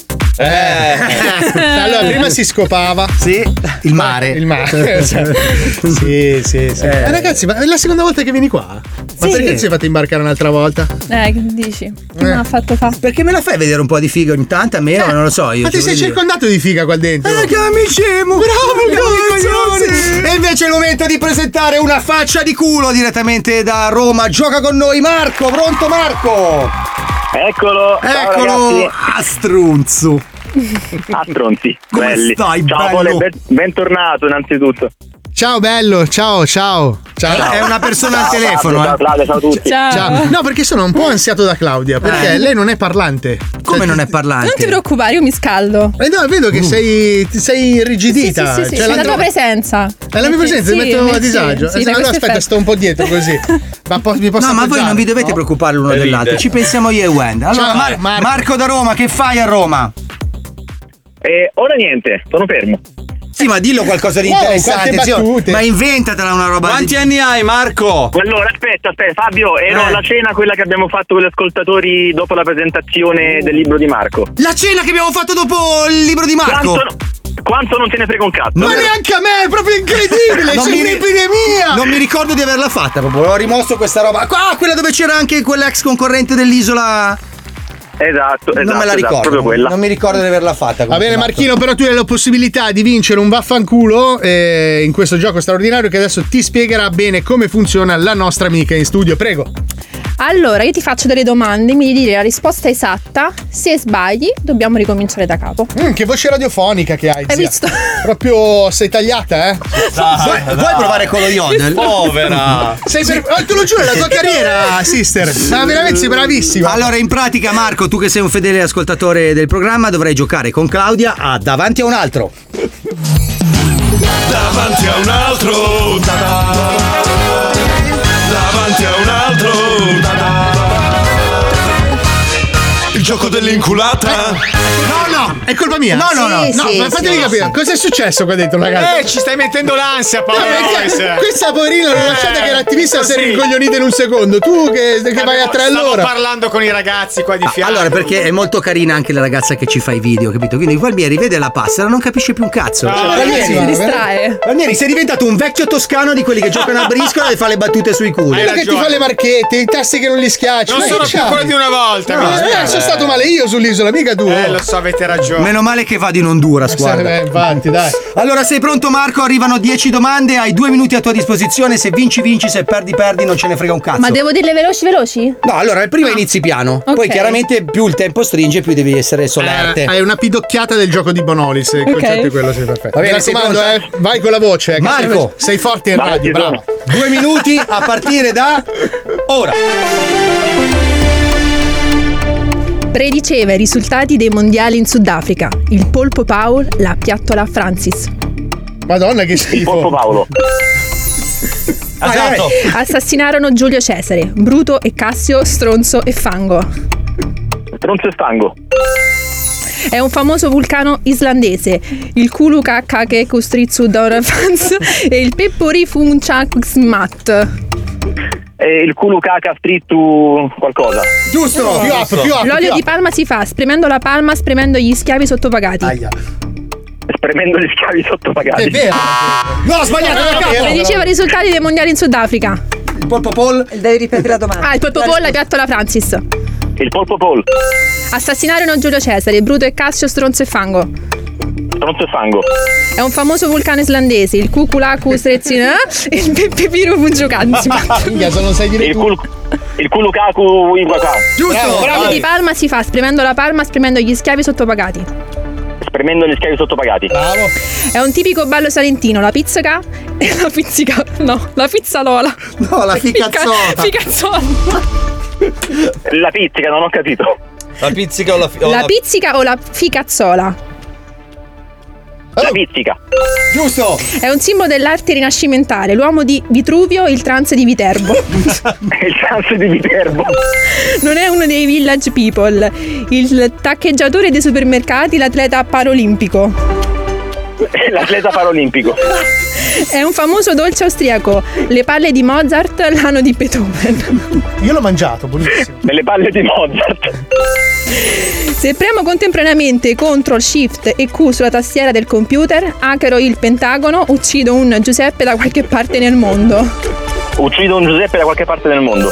Eh. Allora, prima si scopava. Sì, il mare. Il mare. Sì, sì, sì. Eh. Eh, ragazzi, ma è la seconda volta che vieni qua? Ma Sì. perché ti sei fatto imbarcare un'altra volta? Eh, che dici? Che mi ha fatto fa? Perché me la fai vedere un po' di figa ogni tanto? A me Eh, non lo so io. Ma ti ti sei voglio dire. circondato di figa qua dentro? Eh, che amicemo! Bravo, coglioni! E invece è il momento di presentare una faccia di culo direttamente da Roma. Gioca con noi Marco, pronto Marco? Eccolo! Ciao, Eccolo! ragazzi. Astrunzu! Ah, stronzi, Come belli. stai, ciao, bello? Pole, ben- bentornato innanzitutto. Ciao bello, ciao, ciao. Ciao. È una persona al Ciao, telefono, Fabio, eh. ciao, Claudia, ciao a tutti. Ciao. No, perché sono un po' ansiato da Claudia, perché Eh. lei non è parlante. Come non è parlante? Non ti preoccupare, io mi scaldo. Eh no, vedo che sei, ti sei irrigidita. Sì, sì, sì, Cioè, sì, la l'altro- tua presenza. È la mia presenza, Sì, mi metto sì, a disagio. sì, Eh, da allora questo aspetta, effetto. sto un po' dietro così. Ma po- mi posso No, ma voi appoggiare? non vi dovete No? preoccupare l'uno E dell'altro, ride. ci pensiamo io e Wendy. Allora, Ciao, Mar- Marco. Marco da Roma, che fai a Roma? E ora niente, sono fermo. Sì, ma dillo qualcosa di Wow, interessante, quante zio. battute. Ma inventatela una roba. Quanti anni hai, Marco? Allora, aspetta, aspetta, Fabio, ero Eh. alla cena quella che abbiamo fatto con gli ascoltatori dopo la presentazione del libro di Marco. La cena che abbiamo fatto dopo il libro di Marco. Quanto, quanto non te ne frega un cazzo? Ma neanche a me, è proprio incredibile, Non c'è mi ri- un'epidemia. Non mi ricordo di averla fatta, proprio. Ho rimosso questa roba. Ah, quella dove c'era anche quell'ex concorrente dell'isola. Esatto, esatto, non me la esatto, ricordo. proprio quella. Non mi ricordo di averla fatta. Va bene Marchino, però tu hai la possibilità di vincere un vaffanculo eh, in questo gioco straordinario che adesso ti spiegherà bene come funziona la nostra amica in studio. Prego. Allora, io ti faccio delle domande, mi devi dire la risposta esatta. Se sbagli, dobbiamo ricominciare da capo. Mm, che voce radiofonica che hai, Hai zia. visto? Proprio sei tagliata, eh? Vuoi, vuoi provare con lo yodel? Povera. Sei per... oh, te lo giuro, è la tua carriera, sister. Ma veramente sei bravissima. Allora, in pratica, Marco, tu che sei un fedele ascoltatore del programma, dovrai giocare con Claudia a Davanti a un altro. Davanti a un altro. Davanti a un altro. Il gioco dell'inculata. No, no, è colpa mia. No, no, no. Sì, No, sì, ma fatemi sì, capire, sì. cosa è successo qua dentro, ragazzi? Eh, ci stai mettendo l'ansia, No, Paolo. perché questa poverina l'ho lasciata che era attivista, così. si è rincoglionita in un secondo. Tu che, che vai a tre Stavo all'ora. parlando con i ragazzi qua di fianco. Allora, perché è molto carina anche la ragazza che ci fa i video, capito? Quindi Palmieri vede la passera, non capisce più un cazzo. No, Cioè, no, Palmieri, si distrae. Palmieri sei diventato un vecchio toscano di quelli che giocano a briscola e fa le battute sui culi. Hai Quello che ti ragione. fa le marchette, i tasti che non li schiacci. Non Ma sono che più c'hai? quello di una volta. No, mi dispiace. eh, sono stato male io sull'isola, mica tu. Eh, lo so, avete ragione. Meno male che vado in Honduras, guarda. Eh, infatti, dai. Allora, sei pronto, Marco? Arrivano dieci domande, hai due minuti a tua disposizione. Se vinci, vinci, se perdi, perdi, non ce ne frega un cazzo. Ma devo dirle veloci veloci? No, allora, prima inizi piano. ok. Poi, chiaramente, più il tempo stringe, più devi essere solerte. Eh, hai una pidocchiata del gioco di Bonolis. Il Ok. concetto è quello, sei perfetto. Va bene, Mi sei raccomando, pronta? eh, vai con la voce. eh, che Marco. sei, sei forte in Vai, radio, ci sono. bravo. Due minuti a partire da ora. Prediceva i risultati dei mondiali in Sudafrica. Il polpo Paul, la piattola Francis. Madonna, che Il schifo. Polpo Paolo. Esatto. Assassinarono Giulio Cesare, Bruto e Cassio, Stronzo e Fango. Stronzo e stango. È un famoso vulcano islandese, il Kulukakake Kustritsu Dorafans e il Peppori Funchaksmat. E il culo caca stritto qualcosa. Giusto. Più up, più up. L'olio più di up. palma si fa spremendo la palma, spremendo gli schiavi sottopagati. Aia. Spremendo gli schiavi sottopagati. È vero. No, ho sbagliato da capo. Prediceva i risultati dei mondiali in Sudafrica. Il polpo Paul. Devi ripetere la domanda. Ah, il polpo Paul, la piattola Francis. Il polpo Paul. Assassinarono Giulio Cesare, Bruto e Cassio, Stronzo e Fango. Stronzo e fango. È un famoso vulcano islandese, il Kukulaku Strezzina e il Peppipiru Fungiucanzima. Minchia, se non sai dire Il tu. culo il culo cacu Iwaka. Giusto. L'olio di palma si fa spremendo la palma, spremendo gli schiavi sottopagati. Spremendo gli schiavi sottopagati. Bravo. È un tipico ballo salentino, la pizzica E la pizzica. No, la pizzalola. No, la ficazzola. Fica- Ficazzola. La pizzica, non ho capito. La pizzica o la, fi- o La pizzica o la ficazzola? La pizzica. Giusto. È un simbolo dell'arte rinascimentale. L'uomo di Vitruvio, il trance di Viterbo. Il trance di Viterbo. Non è uno dei village people. Il taccheggiatore dei supermercati, l'atleta paraolimpico. L'atleta paraolimpico. È un famoso dolce austriaco. Le palle di Mozart, l'anno di Beethoven. Io l'ho mangiato, buonissimo. Nelle palle di Mozart. Se premo contemporaneamente Ctrl, Shift e Q sulla tastiera del computer, hackero il Pentagono, uccido un Giuseppe da qualche parte nel mondo. Uccido un Giuseppe da qualche parte nel mondo.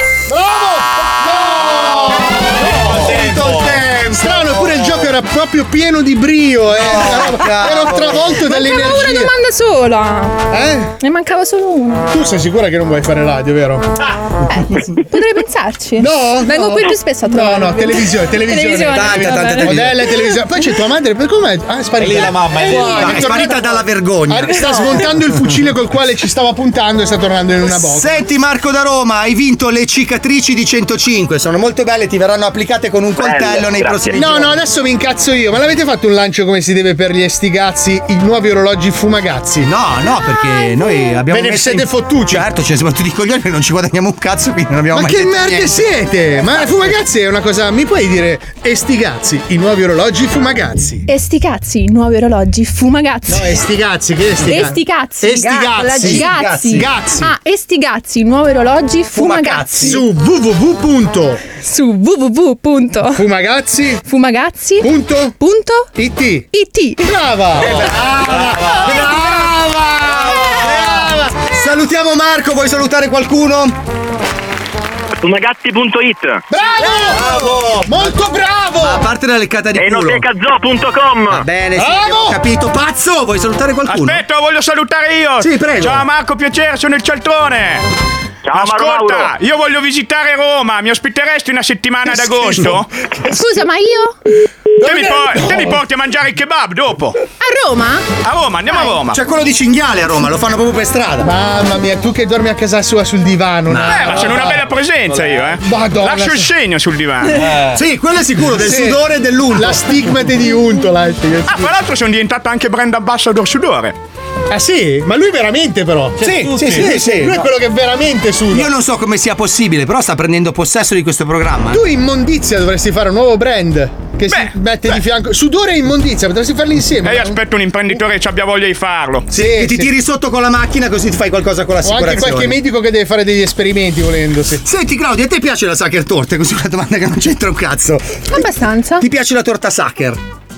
Strano, pure il gioco era proprio pieno di brio, eh. cavolo. Ero travolto dall'energia. Mancava una domanda sola. Eh? Ne mancava solo una. Tu sei sicura che non vuoi fare radio, vero? Potrei pensarci. No, Vengo no. qui più spesso a No, trovare. no, televisione, televisione. Televisione. Tanta, tanta televisione. Modella e televisione. Poi c'è tua madre, per com'è? Ah, è sparita. È lì la mamma, è lì. No, è sparita dalla vergogna. Ah, sta smontando il fucile col quale ci stava puntando e sta tornando in una box. Senti Marco da Roma, hai vinto le cicatrici di centocinque, sono molto belle, ti verranno applicate con un coltello nei prossimi No, giorni. no, adesso mi incazzo io. Ma l'avete fatto un lancio come si deve per gli estigazzi, i nuovi orologi Fumagazzi? No, no, perché noi abbiamo Ve ne messo siete in- fottuti. Certo, ci siamo tutti i coglioni e non ci guadagniamo un cazzo, quindi non abbiamo Ma mai che detto merda niente. siete? Ma Fumagazzi è una cosa. Mi puoi dire estigazzi, i nuovi orologi Fumagazzi? E sti cazzi, nuovi orologi, Fumagazzi. No, estigazzi, che estigazzi? Estigazzi. Estigazzi. Gazzi. Gazzi. Ah, estigazzi, nuovi orologi, Fumagazzi. Su www. Su www. Fumagazzi. Fumagazzi. Punto. Punto. It. It. Brava. Brava! Salutiamo Marco, vuoi salutare qualcuno? Fumagazzi punto it. Bravo! Molto bravo! A parte la leccata di culo. Enotecazoo punto com. Va bene, sì, abbiamo capito. Pazzo, vuoi salutare qualcuno? Aspetta, voglio salutare io. Sì, prego. Ciao Marco, piacere, sono il Cialtrone. Ciao Ascolta, Mauro. io voglio visitare Roma, mi ospiteresti una settimana ad agosto? Scusa, ma io? Te mi, por- te mi porti a mangiare il kebab dopo? A Roma? A Roma, andiamo a Roma. C'è quello di Cinghiale a Roma, lo fanno proprio per strada. Mamma mia, tu che dormi a casa sua sul divano. Eh, ma sono una bella presenza io, eh. Madonna. Lascio il segno sul divano. Eh. Sì, quello è sicuro, del Sì. sudore e dell'unto. La stigmate di unto, lasci. Ah, tra l'altro sono diventato anche brand ambassador sudore. Ah sì? Ma lui veramente però? Sì, sì, sì, sì. Lui è quello che veramente suda. Io non so come sia possibile, però sta prendendo possesso di questo programma. Tu immondizia dovresti fare un nuovo brand che si mette di fianco. Sudore e immondizia, potresti farli insieme. E io aspetto un imprenditore che abbia voglia di farlo. Sì, che ti tiri sotto con la macchina così ti fai qualcosa con O anche l'assicurazione. qualche medico che deve fare degli esperimenti volendo, sì. Senti Claudia, a te piace la Sacher Torte? Così una domanda che non c'entra un cazzo. Abbastanza. Ti piace la torta Sacher?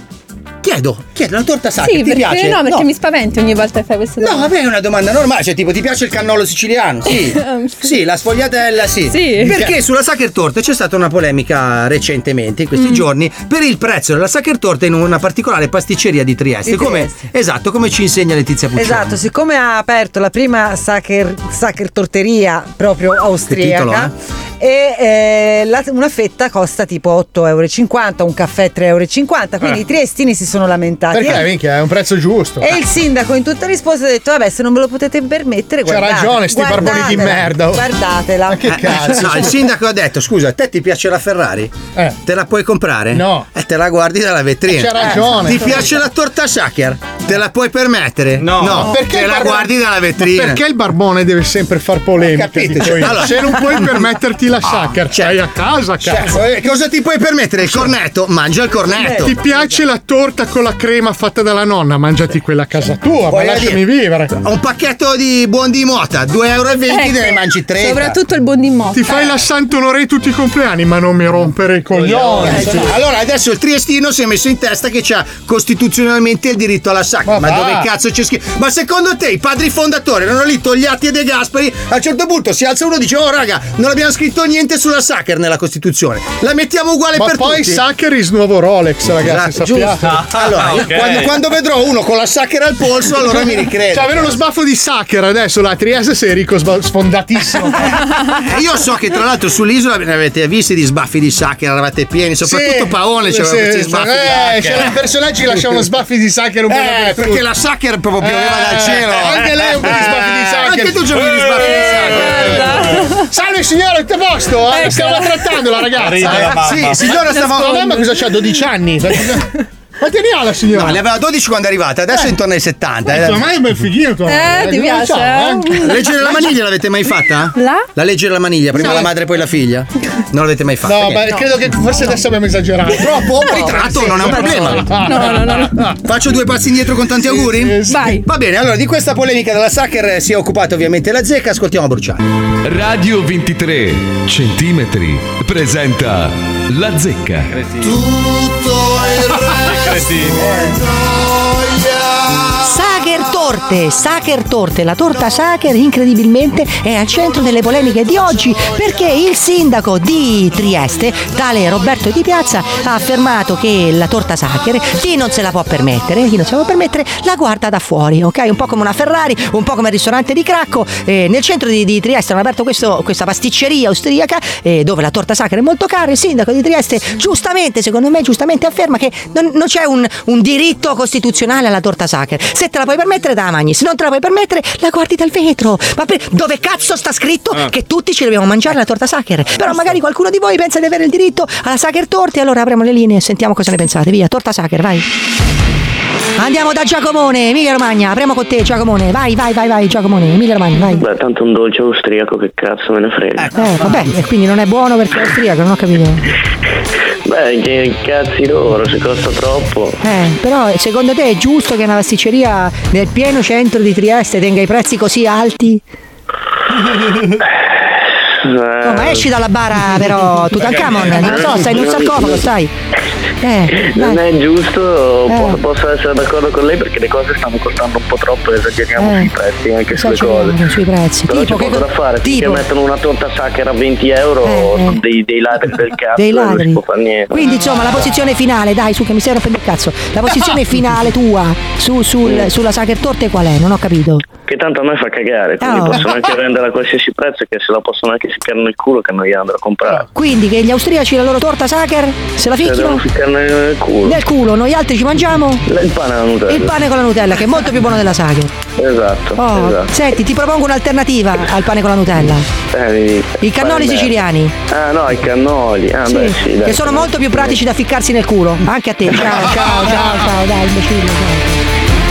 Chiedo, chiedo, la torta Sacher, Sì, ti perché piace? no, perché mi spaventi ogni volta che fai queste No, domande. vabbè, è una domanda normale, cioè tipo ti piace il cannolo siciliano? Sì. Sì, la sfogliatella, sì. Sì. Perché sulla Sacher Torte c'è stata una polemica recentemente, in questi Mm. giorni, per il prezzo della Sacher Torte in una particolare pasticceria di Trieste. Di Come, Trieste. esatto, come ci insegna Letizia Puccioni. Esatto, siccome ha aperto la prima Sacher, Sacher torteria proprio austriaca e eh, la- una fetta costa tipo otto euro e cinquanta, un caffè tre euro e cinquanta, quindi Eh. i triestini si sono lamentati. Perché minchia, è un prezzo giusto. E il sindaco in tutta risposta ha detto vabbè, se non ve lo potete permettere C'ha guardate, ragione, sti barboni di guardatela, merda, oh. Guardatela. Ma che Eh, cazzo? no, il sindaco ha detto: scusa, a te ti piace la Ferrari? Eh. Te la puoi comprare? No. E te la guardi dalla vetrina. C'ha ragione. Ti piace la torta Sacher? Te la puoi permettere? No. No, Perché te il la barbone- guardi dalla Ma vetrina. perché il barbone deve sempre far polemica? Capito, dico cioè, io? allora- Se non puoi permetterti la Sacher, stai a casa, cazzo. Cioè, eh, cosa ti puoi permettere? Il cornetto? Mangia il cornetto. Ti piace la torta con la crema fatta dalla nonna? Mangiati quella a casa tua, ma Voglio lasciami dire, vivere. Un pacchetto di buon di mota, due euro e venti, Ecco, te ne mangi tre. Soprattutto il buon di mo. Ti fai la Sant'Onore tutti i compleanni, ma non mi rompere i coglioni. Eh, sì. Allora adesso il triestino si è messo in testa che c'ha costituzionalmente il diritto alla Sacher. Ma Ma, va. dove cazzo c'è scritto? Ma secondo te i padri fondatori erano lì Togliatti e De Gasperi? A un certo punto si alza uno e dice: oh raga, non abbiamo scritto niente sulla Sacher nella Costituzione. La mettiamo uguale Ma per poi tutti. Sacher is nuovo Rolex, ragazzi, Esatto, sappiate. giusto. Allora, io ok. quando, quando vedrò uno con la Sacher al polso, allora mi ricredo. Cioè, avere uno sbaffo di Sacher adesso la Trieste sei ricco sba- sfondatissimo. Eh, io so che tra l'altro sull'isola ne avete visti di sbaffi di Sacher, eravate pieni, soprattutto Sì, Paone sì, c'aveva questi sì, sbaffi eh, di Sacher. c'erano personaggi che lasciavano sbaffi di Sacher un po' Eh, Eh, perché la Sacher proprio pioveva Eh, dal cielo. Anche lei un po' di sbaffi di Sacher. Anche tu giochi di sbaffi di Sacher. Salve signore, tutto a posto? Eh? Stiamo trattando la ragazza. Ride la mamma. Sì, signora, stavo- La mamma cosa c'ha? dodici anni? Quanti anni ha la signora? No, ne aveva dodici quando è arrivata, adesso è intorno ai settanta. Eh, ma è un bel fighino tua. Eh, ti Dove piace, ciao, eh? La legge della maniglia l'avete mai fatta? La? La legge della maniglia, prima No. la madre e poi la figlia? Non l'avete mai fatta? No, Niente. ma credo che forse adesso abbiamo esagerato. Troppo? Ritratto, non è un problema. No, no, no. Faccio due passi indietro con tanti auguri? Vai. Va bene, allora di questa polemica della Sacher si è occupata ovviamente la Zecca, ascoltiamo Bruciani. Radio ventitré centimetri presenta La Zecca. Tutto il resto Sacher Torte, Sacher Torte, la torta Sacher incredibilmente è al centro delle polemiche di oggi perché il sindaco di Trieste, tale Roberto Di Piazza, ha affermato che la torta Sacher chi non se la può permettere, chi non se la può permettere la guarda da fuori, ok? Un po' come una Ferrari, un po' come il ristorante di Cracco. Eh, nel centro di, di Trieste hanno aperto questo, questa pasticceria austriaca eh, dove la torta Sacher è molto cara. Il sindaco di Trieste giustamente, secondo me giustamente afferma che non, non c'è un, un diritto costituzionale alla torta Sacher. Se te la puoi permettere te la mangi, se non te la puoi permettere la guardi dal vetro. Ma per, dove cazzo sta scritto Ah. che tutti ci dobbiamo mangiare la torta Sacher? Però magari qualcuno di voi pensa di avere il diritto alla Sacher Torte, allora apriamo le linee e sentiamo cosa ne pensate. Via, torta Sacher, vai. Andiamo da Giacomone, Emilia Romagna, apriamo con te Giacomone, vai, vai, vai, vai Giacomone, Emilia Romagna, vai. Beh, tanto un dolce austriaco, che cazzo me ne frega. Eh, vabbè, e quindi non è buono perché è austriaco, non ho capito. Beh, che cazzi loro, se costa troppo. Eh, però secondo te è giusto che una pasticceria nel pieno centro di Trieste tenga i prezzi così alti? Oh, ma esci dalla bara però, Tutankhamon, non lo so, stai in un sarcofago, stai. Eh, Non dai. è giusto, Eh. po- posso essere d'accordo con lei perché le cose stanno costando un po' troppo, esageriamo Eh. sui prezzi anche sulle Esageriamo cose. sui prezzi. Però Tipo, c'è che poco co- da fare, finché tipo? mettono una torta Sacher a venti euro Eh, eh. sono dei, dei ladri del cazzo Dei e non ladri. si può fare niente. Quindi insomma la posizione finale, dai su che mi stai rompendo il cazzo. La posizione finale tua su, sul, sulla Sacher Torte qual è? Non ho capito. Che tanto a me fa cagare, quindi Oh. possono anche vendere a qualsiasi prezzo, che se la possono anche ficcare nel culo che non gli andrò a comprare. Quindi che gli austriaci la loro torta Sacher se la Se ficchino devono ficcare nel culo. nel culo, noi altri ci mangiamo Il pane alla Nutella. il pane con la Nutella che è molto più buono della Sacher. Esatto, Oh, esatto. senti, ti propongo un'alternativa al pane con la Nutella. Eh, mi- I cannoli pane siciliani. merda. Ah no, i cannoli. Ah, Sì, beh, sì, dai. che sono molto più pratici da ficcarsi nel culo. Anche a te. Ciao, ciao, ciao, ciao, dai, imbecille. ciao.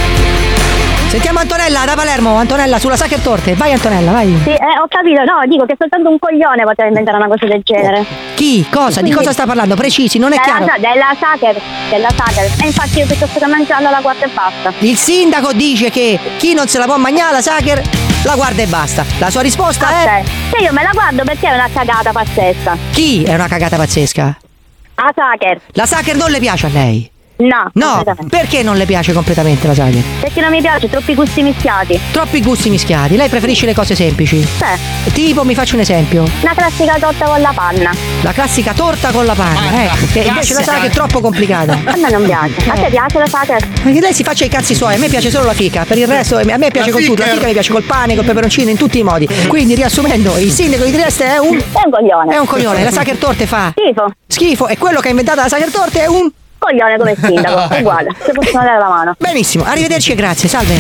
Sentiamo Antonella da Palermo. Antonella sulla Sacher Torte. Vai Antonella, vai. Sì, eh, ho capito, no, dico che soltanto un coglione poteva inventare una cosa del genere. Chi? Cosa? Di Quindi- cosa sta parlando? Precisi, non è Della, chiaro. sa- della Sacher, della Sacher. E infatti io piuttosto che mangiarla la guardo e basta. Il sindaco dice che chi non se la può mangiare la Sacher la guarda e basta. La sua risposta è? Se io me la guardo perché è una cagata pazzesca. Chi è una cagata pazzesca? La Sacher. La Sacher non le piace a lei? No. No, completamente. perché non le piace completamente la Sacher? Perché non mi piace, troppi gusti mischiati. Troppi gusti mischiati. Lei preferisce le cose semplici? Sì. Tipo, mi faccio un esempio. Una classica torta con la panna. La classica torta con la panna, ecco, che invece la Sacher è troppo complicata. A me non piace. A te piace la Sacher? Perché lei si faccia i cazzi suoi, a me piace solo la fica, per il resto a me piace La con tutto, la fica. fica mi piace col pane, col peperoncino, in tutti i modi. Quindi riassumendo, il sindaco di Trieste è un... È un coglione. È un coglione, la Sacher Torte fa... Schifo. Schifo, e quello che ha inventato la Sacher Torte è un... Coglione come sindaco, uguale. Se possono dare la mano. Benissimo, arrivederci e grazie, salve.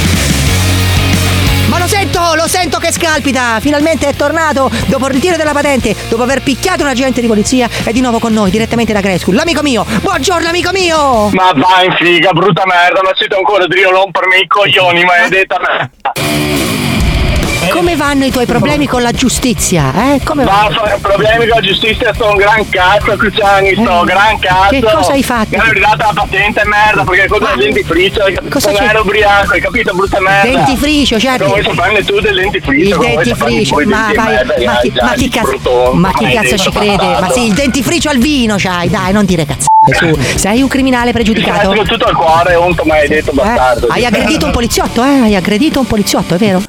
Ma lo sento, lo sento che scalpita! Finalmente è tornato dopo il ritiro della patente, dopo aver picchiato un agente di polizia, è di nuovo con noi, direttamente da Grey School. L'amico mio! Buongiorno amico mio! Ma vai in figa, brutta merda, ma siete ancora di io rompermi i coglioni, maledetta merda. Come vanno i tuoi problemi con la giustizia? Eh? Come Ma vanno? fare problemi con la giustizia, sto un gran cazzo, Cruciani, sto un gran cazzo. Che cosa hai fatto? Mi hanno ridato la patente, merda, perché cosa del dentifricio, hai capito? Cosa Non c'è? ero ubriaco, hai capito, brutta merda. Dentifricio, certo. Come vuoi saperne tu del dentifricio? Il come vuoi saperne dentifricio, voi ma, denti vai, merda, ma, chi, già, ma chi di cazzo, bruttone, ma chi cazzo maledetto ci crede? Ma bastardo. sì, il dentifricio al vino c'hai, dai, non dire cazzo. Su, sei un criminale pregiudicato? Ti tutto al cuore, unto maledetto Eh? bastardo. Hai aggredito un poliziotto, eh? Hai aggredito un poliziotto, è vero?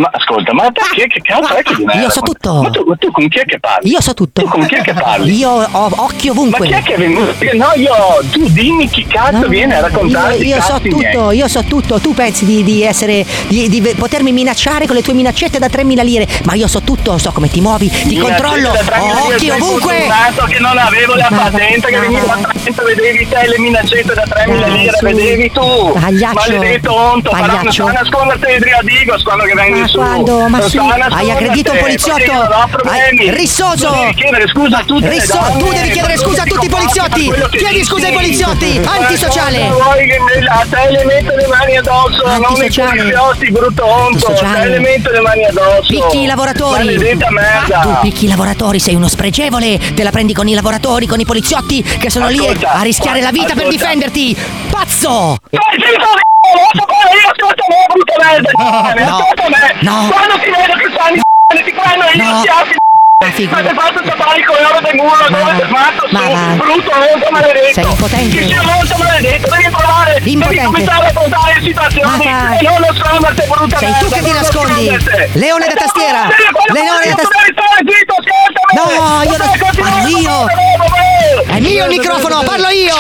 Ma ascolta, ma perché che cazzo è che di merda? Io so tutto. Ma tu, ma tu con chi è che parli? Io so tutto. Tu con chi è che parli? Io ho occhi ovunque. Ma chi è che è venuto? No, io, tu dimmi chi cazzo No, viene a raccontarti Io, io so cazzi tutto, miei. io so tutto. Tu pensi di, di essere. Di, di potermi minacciare con le tue minaccette da tremila lire. Ma io so tutto, so come ti muovi, ti controllo. Ho occhi ovunque. Che non avevo la Ma- patente, che ma- veniva a Trento, vedevi te le minaccette da tremila Dai, lire, su. vedevi tu. Pagliaccio. Maledetto onto, faranno Pagliaccio. a nasconderti i Driadigos quando che vengi Ma su. quando? Ma Non sì. stanno a Hai nasconderti, aggredito un poliziotto. perché io non ho problemi. Hai- rissoso. Tu devi chiedere scusa a tutte le Risso- donne, tu devi chiedere scusa a tutti i poliziotti. quello che Chiedi dici. scusa ai poliziotti. Ma Antisociale. cosa vuoi che me- a te le metto le mani addosso, non i Antisociale. poliziotti, brutto onto. A Antisociale. te le metto le mani addosso. Picchi i lavoratori. Maledetta merda. Tu picchi i lavoratori, sei uno spregevole. Te la prendi con i lavoratori, con i poliziotti che sono Ascolta, lì a rischiare la vita per ascolta. difenderti. Pazzo! Stai zitto, c***o, io ascolto me, brutto merda. No. Ascolta me. No. Quando ti vedo che stanno ti prendo io No. schiaffi. Ma figo. Avete fatto tappare il coglione del muro dove sei smatto Ma va. su, brutto, molto maledetto. Sei impotente. Che sia molto maledetto, devi provare, devi Impotente. cominciare a affrontare situazioni Ma va. e non nasconderti, brutta Sei merda. tu che ti non nascondi. nasconderti. Leone da tastiera. Sì, quello Leone che da tu tastiera. devi stare zitto, ascoltami. No, io non. Parlo io. È mio il microfono, parlo io.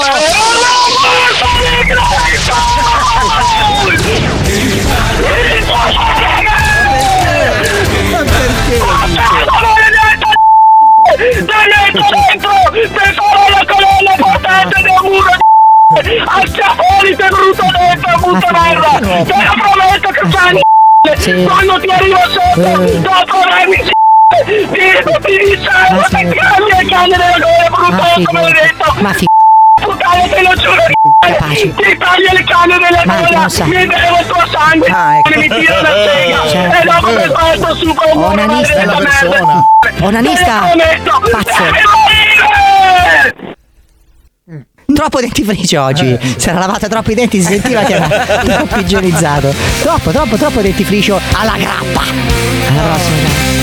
Dai dentro per fare la colonna portante del muro di acciappoli te brutto dentro brutta merda te lo prometto che c'hai quando ti arrivo sotto dopo avermi ti ti diciamo ti cambia il cane della gola brutto come ho detto Ma fi- puttana te lo giuro ti taglia il cane della Ma gola non sa. mi bevo il tuo sangue Ah, ecco. e mi tira la sega Certo. e dopo mi porto su con un muro Onanista. maledetta Bella merda. persona. Onanista. Te lo prometto. Pazzo. Devi morire! Troppo dentifricio oggi. Si era lavata troppo i denti, si sentiva che era troppo igienizzato. Troppo, troppo, troppo dentifricio alla grappa. Alla prossima.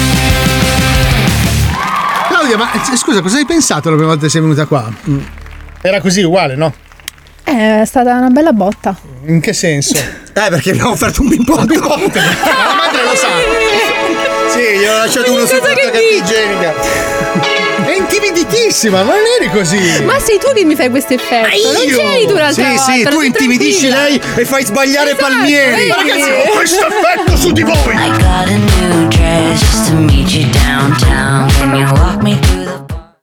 Claudia, ma eh, scusa, cosa hai pensato la prima volta che sei venuta qua? Era così uguale, no? Eh, È stata una bella botta. In che senso? Eh, perché abbiamo offerto un pimpotto. La madre lo sa. Sì, gli ho lasciato uno su carta igienica. È intimiditissima, ma non eri così. Ma sei tu che mi fai questo effetto. Non c'eri tu l'altra Sì, volta. sì, tu stai intimidisci tranquilla. lei e fai sbagliare Esatto, Palmieri. vedi? Ragazzi, ho questo effetto su di voi. I got a new dress just to meet you downtown. Can you walk me through the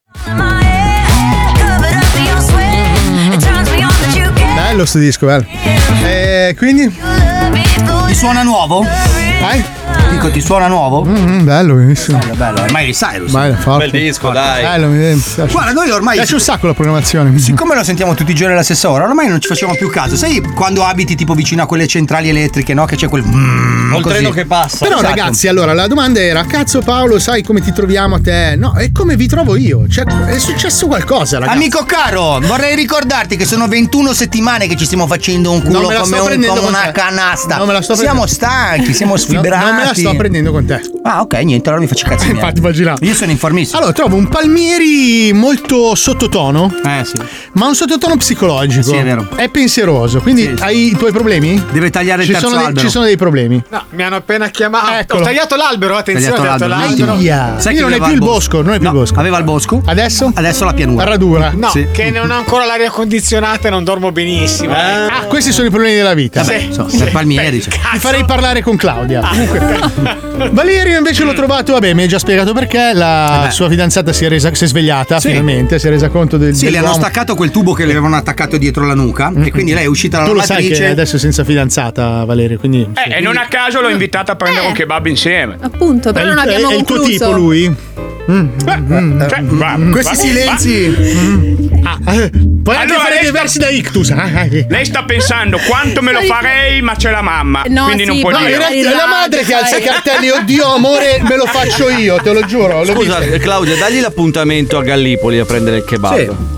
Bello sto disco, bello. E quindi? Ti suona nuovo? Vai. Dico, ti suona nuovo? Mm, bello, benissimo. Bello, bello, è Miley Cyrus. Bello, forte. Bel disco, dai. Bello, mi piace. Guarda, noi ormai Mi piace un sacco la programmazione. Siccome lo sentiamo tutti i giorni alla stessa ora, ormai non ci facciamo più caso. Sai quando abiti tipo vicino a quelle centrali elettriche, no? Che c'è quel mm, Ho il così. treno che passa. Però Esatto. ragazzi, allora la domanda era: cazzo Paolo, sai come ti troviamo a te? No, è come vi trovo io. Cioè, è successo qualcosa, ragazzi. Amico caro, vorrei ricordarti che sono ventuno settimane che ci stiamo facendo un Non culo me la come, sto un- prendendo come con una te. canasta. Non me la sto siamo prendendo. stanchi, siamo No, sfibrati. non me la sto prendendo con te. Ah, ok, niente, allora mi faccio i cazzi miei. Infatti, immaginavo. Io sono informissimo. Allora, trovo un Palmieri molto sottotono. Eh sì. Ma un sottotono psicologico. Sì, è vero. È pensieroso. Quindi Sì, sì. hai i tuoi problemi? Deve tagliare il Ci terzo sono, dei, albero. ci sono dei problemi. No, mi hanno appena chiamato. Ah, Eccolo. ho tagliato l'albero, attenzione, ho Tagliato tagliato l'albero, l'albero. Aia. Sai Quindi che non è aveva più il il bosco, non è più No, il bosco. aveva il bosco. Adesso? Adesso la pianura. La radura. No, Sì. che non ho ancora l'aria condizionata e non dormo benissimo. eh. Ah, questi sono i problemi della vita. Vabbè, so, per Palmieri. cioè. Ti farei parlare con Claudia. Comunque, Valerio invece l'ho trovato, vabbè, mi hai già spiegato perché la Vabbè. sua fidanzata si è resa si è svegliata Sì. finalmente, si è resa conto del Sì, le hanno dell'uomo. staccato quel tubo che le avevano attaccato dietro la nuca e quindi lei è uscita dalla Tu lo sai lavatrice. che adesso è senza fidanzata, Valerio, quindi Eh, e non a caso l'ho invitata a prendere un kebab insieme. Appunto, però è, non il- abbiamo è il tuo concluso. tipo lui? Cioè, va, Questi va, silenzi. Ah, eh, puoi anche Allora, fare lei dei sta- versi da ictus. Ah, ah, eh. Lei sta pensando quanto me lo farei, ma c'è la mamma. No, quindi sì, non può però No, in dire. realtà è la madre che alza i cartelli. Oddio, amore, me lo faccio io, te lo giuro. l'ho Scusa, visto. Claudia, dagli l'appuntamento a Gallipoli a prendere il kebab. Sì.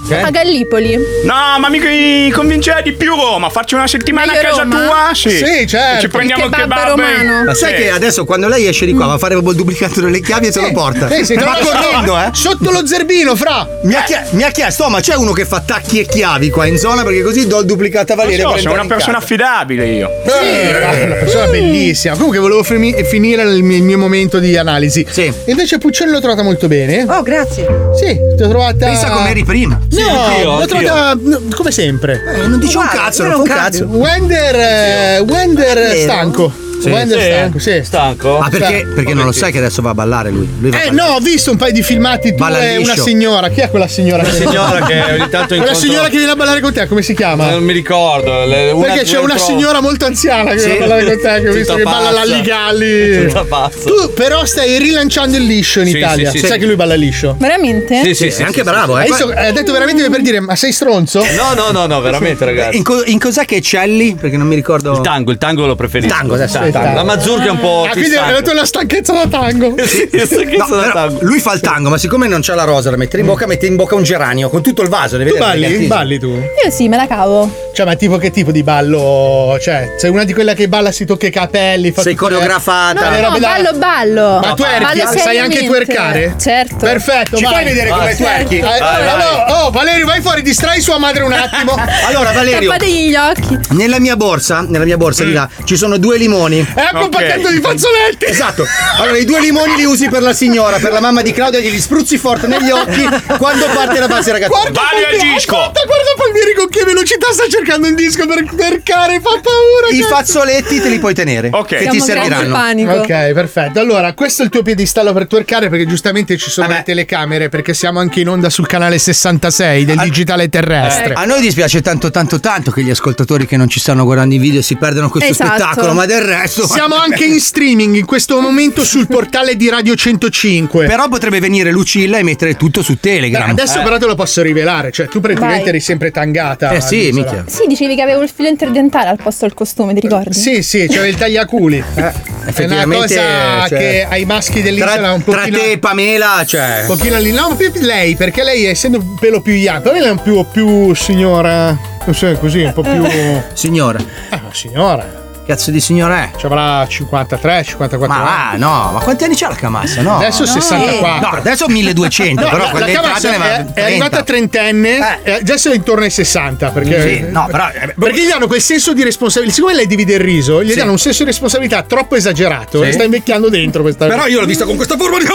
A Gallipoli. No, ma mi convinceva di più Roma. Farci una settimana Meglio a casa Roma? tua? Sì. Sì, certo. E ci prendiamo Il il kebab kebab. romano. Ma sai Sì. che adesso quando lei esce di qua va a fare il duplicato delle chiavi e se lo porta? Sì, sì, va no, correndo, eh? Sotto lo zerbino, fra. Mi ha, chie- mi ha chiesto, oh, ma c'è uno che fa tacchi e chiavi qua in zona perché così do il duplicato a Valerio. Lo so, per sono una entrare in persona casa. affidabile io. Eh, una persona bellissima. Comunque volevo fini- finire il mio, il mio momento di analisi. Sì. Invece Puccioni l'ho trovata molto bene. Oh, grazie. Sì, ti ho trovata. Pensa com'eri prima. No, anch'io, l'ho anch'io. trovata no, come sempre. Eh, non dice un Uguale, cazzo, io non fa non un cambio. cazzo. Wender, eh, Wender Vero? stanco. Sì. Wender Sì? stanco, sì. Stanco? Ah, perché, perché non lo sai che adesso va a ballare lui? Lui va a Eh ballare. no, ho visto un paio di filmati tu Balla e una liscio. signora. Chi è quella signora? Una signora che ogni tanto Quella incontro. signora che viene a ballare con te, come si chiama? Non mi ricordo. le- una- Perché c'è una trovo- signora molto anziana che Sì. viene a ballare con te, che ho visto Tutta che balla pazza. l'alligalli. Tutta pazza. Tu però stai rilanciando il liscio in Sì, Italia. sì, sì, Sai sì. che lui balla liscio? Veramente? Sì, sì, Sì, sì. è anche sì, bravo, Hai eh. visto- hai detto veramente per dire, ma sei stronzo? sì. No, no, no, no, veramente, ragazzi. In, co- in cos'è che eccelli? Perché non mi ricordo. Il tango, il tango lo preferisco. Il tango, adesso Il il tango. La mazurka è un po'. Ah, quindi ti hai stanca. detto la stanchezza da tango. Sì, io so che No, sono però tango. lui fa il tango, ma siccome non c'ha la rosa da mettere in bocca, mette in bocca un geranio con tutto il vaso. Tu balli? Balli tu? Io sì, me la cavo. Cioè, ma tipo che tipo di ballo? Cioè, sei una di quelle che balla, si tocca i capelli, fa Sei tutte le- coreografata. le No, robe da- ballo, ballo. Ma tu Ballo sai anche seriamente. twerkare? Certo. Perfetto, Ci vai. fai vedere come Vai, twerchi? Eh, Vai, vai. allora, oh, Valerio, vai fuori, distrai sua madre un attimo. Allora, Valerio, Tappategli gli occhi. nella mia borsa, nella mia borsa di là, ci sono due limoni. Ecco un Ok. pacchetto di fazzoletti. Esatto. Allora, i due limoni li usi per la signora, per la mamma di Claudia, glieli spruzzi forte negli occhi quando parte la base ragazzi. Guarda Vai al Palmieri, disco. Guarda, guarda Palmieri con che velocità sta cercando un disco per cercare, fa paura. I cazzo. fazzoletti te li puoi tenere. Ok. Che Siamo ti grandi serviranno. panico. Ok, perfetto. Allora, questo è il tuo piedistallo per twerkare perché giustamente ci sono Vabbè. le telecamere perché siamo anche in onda sul canale sessantasei del digitale terrestre. A noi dispiace tanto tanto tanto che gli ascoltatori che non ci stanno guardando i video si perdono questo Esatto. spettacolo, ma del resto Siamo anche in streaming in questo momento sul portale di Radio centocinque. Però potrebbe venire Lucilla e mettere tutto su Beh, Telegram. adesso però te lo posso rivelare, cioè tu praticamente Vai. eri sempre tangata. Eh sì, all'isola. minchia. Sì, dicevi che avevo il filo interdentale al posto del costume, ti ricordi? Sì, sì, c'era il tagliaculi. È una effettivamente, cosa cioè, che ai maschi dell'isola tra, un tra pochino te e Pamela, cioè. un pochino lì. No, più lei, perché lei essendo un pelo più young, però lei è un più, più signora, non so, così, un po' più. Signora. Ah, signora. Cazzo di signora è? Ci avrà cinquantatré cinquantaquattro Ma anni. va, no, ma quanti anni c'ha la Camassa? No. Adesso no. sessantaquattro. No, adesso milleduecento, No, però la, quelle la Camassa entrate ne va è, è arrivata trentenne, eh. adesso è intorno ai sessanta. Perché, Sì, no, però- perché gli danno quel senso di responsabilità. Siccome lei divide il riso, gli Sì. danno un senso di responsabilità troppo esagerato. Sì. E sta invecchiando dentro questa. Però io l'ho vista con questa forma di.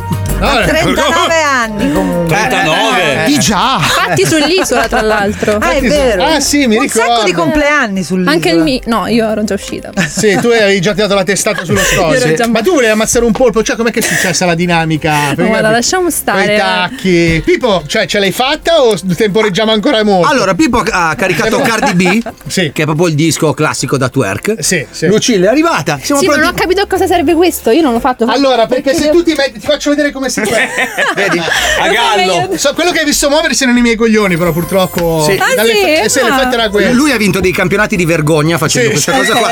Ah, trentanove anni comunque. trentanove. Di già. Fatti sull'isola, tra l'altro. Ah, è Infatti, vero. ah, sì, mi Un ricordo. sacco di compleanni sull'isola. Anche il mio. No, io ero già uscita. Sì, tu avevi già tirato la testata sullo Io ero storia. già- Ma tu volevi ammazzare un polpo, cioè com'è che è successa la dinamica? Perché- guarda, lasciamo stare. Quei tacchi. Pippo, cioè ce l'hai fatta o temporeggiamo ancora molto? Allora, Pippo ha caricato Cardi B, Sì. che è proprio il disco classico da twerk. Sì, sì. Lucilla è arrivata. Siamo Sì, ma non ho pronti. capito a cosa serve questo. Io non l'ho fatto. Allora, perché se tu ti metti, ti faccio vedere come si twerk. Vedi? A gallo. So, quello che hai visto muoversi erano i miei coglioni, però purtroppo. Sì. Ah, dalle- sì? eh, sì, Ah. l'effetto era quello. Lui ha vinto dei campionati di vergogna facendo Sì, questa sì. cosa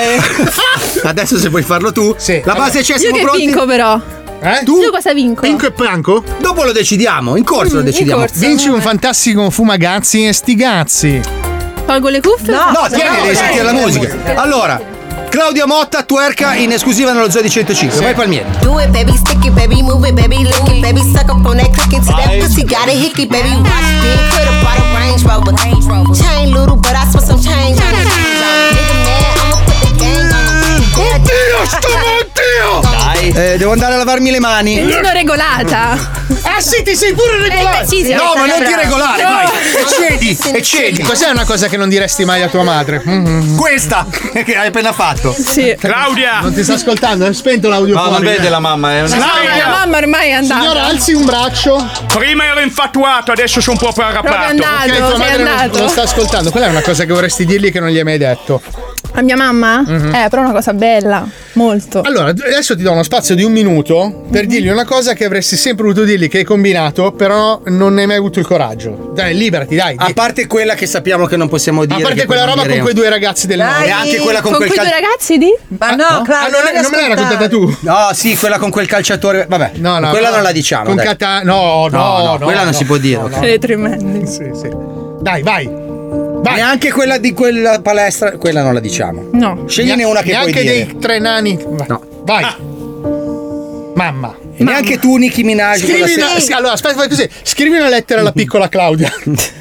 qua. Adesso se vuoi farlo tu. Sì. La base c'è, Io siamo che pronti? vinco, però. Eh? Tu? Io cosa vinco? Pinco e Planco? Dopo lo decidiamo, in corso lo Mm, in decidiamo. corso. Vinci un fantastico fumagazzi e stigazzi. Tolgo le cuffie? No. No, tieni, No, devi no, sentire la no, musica. no. Allora, Claudia Motta twerka in esclusiva nello Zoo di centocinque. Vai Palmieri. Do it, baby, stick it, baby, move it, baby, lick it, baby, suck up on that, click it to that pussy, got a hickey, baby, watch it, could have bought a Range Rover, Range Rover, chain little, but I spent some change on it, nigga mad, I'ma put the gang on him. Oddio, sto oddio! Dai. Eh, devo andare a lavarmi le mani. Sono regolata. Ah sì, ti sei pure regolato. Eh, sì, sì, No, sì, ma non brava. ti regolare, No. vai. E cedi, e cedi. Cos'è una cosa che non diresti mai a tua madre? Mm-hmm. Questa che hai appena fatto. Sì. Claudia! Non ti sta ascoltando? È spento l'audio No, non fuori. vede la mamma. È una... No, la mamma ormai è andata. Signora, alzi un braccio. Prima ero infatuato, adesso sono proprio Proprio arrabbiato. andato. Ok, tua sei madre non, andato. non sta ascoltando. Qual è una cosa che vorresti dirgli che non gli hai mai detto? A mia mamma? Mhm. Eh, però una cosa bella. Molto. Allora, adesso ti do uno spazio di un minuto per Mhm. dirgli una cosa che avresti sempre voluto dirgli che hai combinato, però non ne hai mai avuto il coraggio. Dai, liberati, dai. A parte quella che sappiamo che non possiamo dire. A parte che quella poi non roba con diremo. quei due ragazzi del Dai, nord. e anche quella con, Con quel quei cal- due ragazzi di? Ma no, Ah, Claudio, non, è- non me l'hai raccontata tu? No, sì, quella con quel calciatore. Vabbè, No, no, quella no. non la diciamo. Con dai. Cata- no, no, no, no, quella non no, si può dire. no, ok. no. Siete tremendi. Sì, sì. Dai, vai. E anche quella di quella palestra, quella non la diciamo. No. Scegliene una che puoi Neanche dire. dei tre nani. No. Vai. Mamma. E neanche tu, Nicki Minaj. con la Scrivi se- una, sì, allora, aspetta, fai così. Scrivi una lettera alla piccola Claudia.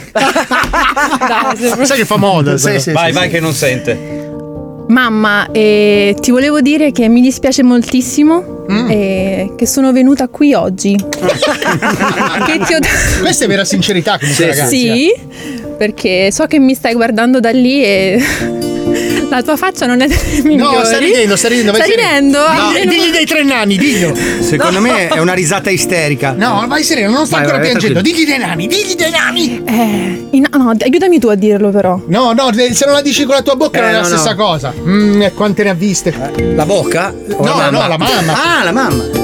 Sai che fa moda. Sì, però. sì, Vai, sì, vai, sì. che non sente. Mamma, eh, ti volevo dire che mi dispiace moltissimo eh, che sono venuta qui oggi. Che ti ho Questa è vera sincerità comunque, Sì, ragazzi. Sì, perché so che mi stai guardando da lì e la tua faccia non è delle migliori. No, sta ridendo, sta ridendo. vai Stai sereno. ridendo? No, Almeno- digli dei tre nani, diglielo. Secondo me è una risata isterica. No, vai sereno, non sto Vai, ancora vai, piangendo. tranquillo. Digli dei nani, digli dei nani. Eh, in- no, aiutami tu a dirlo però. No, no, se non la dici con la tua bocca Eh, non è la no, stessa no. cosa. Mm, e quante ne ha viste? La bocca? O No, la mamma? no, la mamma. Ah, la mamma.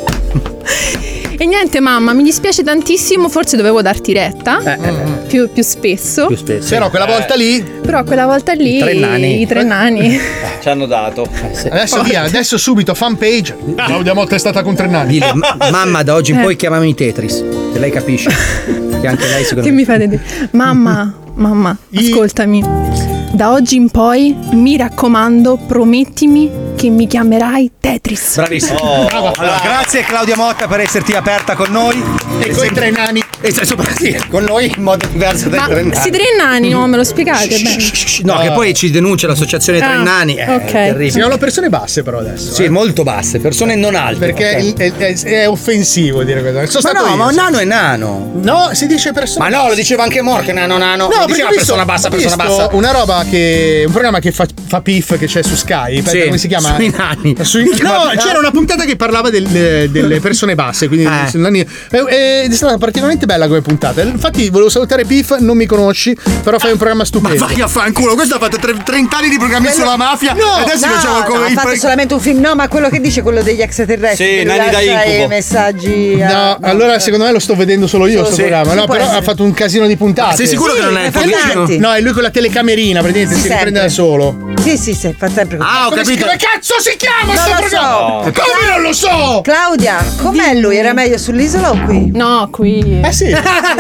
E niente mamma, mi dispiace tantissimo, forse dovevo darti retta Eh, eh, più, più spesso. più spesso. Però quella volta lì. Però quella volta lì I tre nani. i tre nani. Ci hanno dato. Adesso via, adesso subito fanpage. Claudia Motta è stata con tre nani. Dile, "Ma- mamma, da oggi in Eh. poi chiamami Tetris. Che lei capisce. Che anche lei secondo Che me. mi fate dire? Mamma, mamma, ascoltami. Da oggi in poi, mi raccomando, promettimi che mi chiamerai Tetris. Bravissimo. Oh, Allora, grazie Claudia Motta per esserti aperta con noi. E con i tre nani. E se- sopra- sì, con noi in modo diverso dai Ma tre nani. si tre nani, no? Me lo spiegate bene. No, che poi ci denuncia l'associazione Tre Ah, Nani. È ok. terribile. Si chiamano persone basse però adesso. Sì, eh. molto basse, persone non alte. Perché ok? il- è, è- è offensivo dire questo. Sono Ma stato no, io, ma un sì. nano è nano. No, si dice persone. Ma no, lo diceva anche Morche, nano nano. No, Lo perché diceva ho visto- persona bassa, ho persona visto bassa. una roba che. Un programma che fa, fa P I F che c'è su Sky. Sì, come si chiama? sui nani. Sui- no, c'era una puntata che parlava del- delle persone basse. Quindi Eh. sui nani- e- ed è stata particolarmente bella come puntata. Infatti, volevo salutare P I F, non mi conosci, però fai un programma stupendo. Vai a fanculo, questo ha fatto tre- trenta anni di programmi Quello- sulla mafia. No, e adesso No, facciamo no, come ha il fatto pre- solamente un film. No, ma quello che dice quello degli extraterrestri. Sì, che lui nani da lascia incubo. i messaggi. a- No, allora secondo me lo sto vedendo solo io Sì, sto sì, programma. sì, No, può però essere. ha fatto un casino di puntate. Sei sicuro Sì, che non è ne il fa pubblico? tanti. No, è lui con la telecamerina, praticamente Sì, si sempre. riprende da solo. Sì, sì, sì, fa sempre così. Ah, ho Come, si- capito. come cazzo si chiama Non sto lo programma? so. Come non lo so? Claudia, com'è lui? Era meglio sull'isola o qui? No, qui. Eh sì.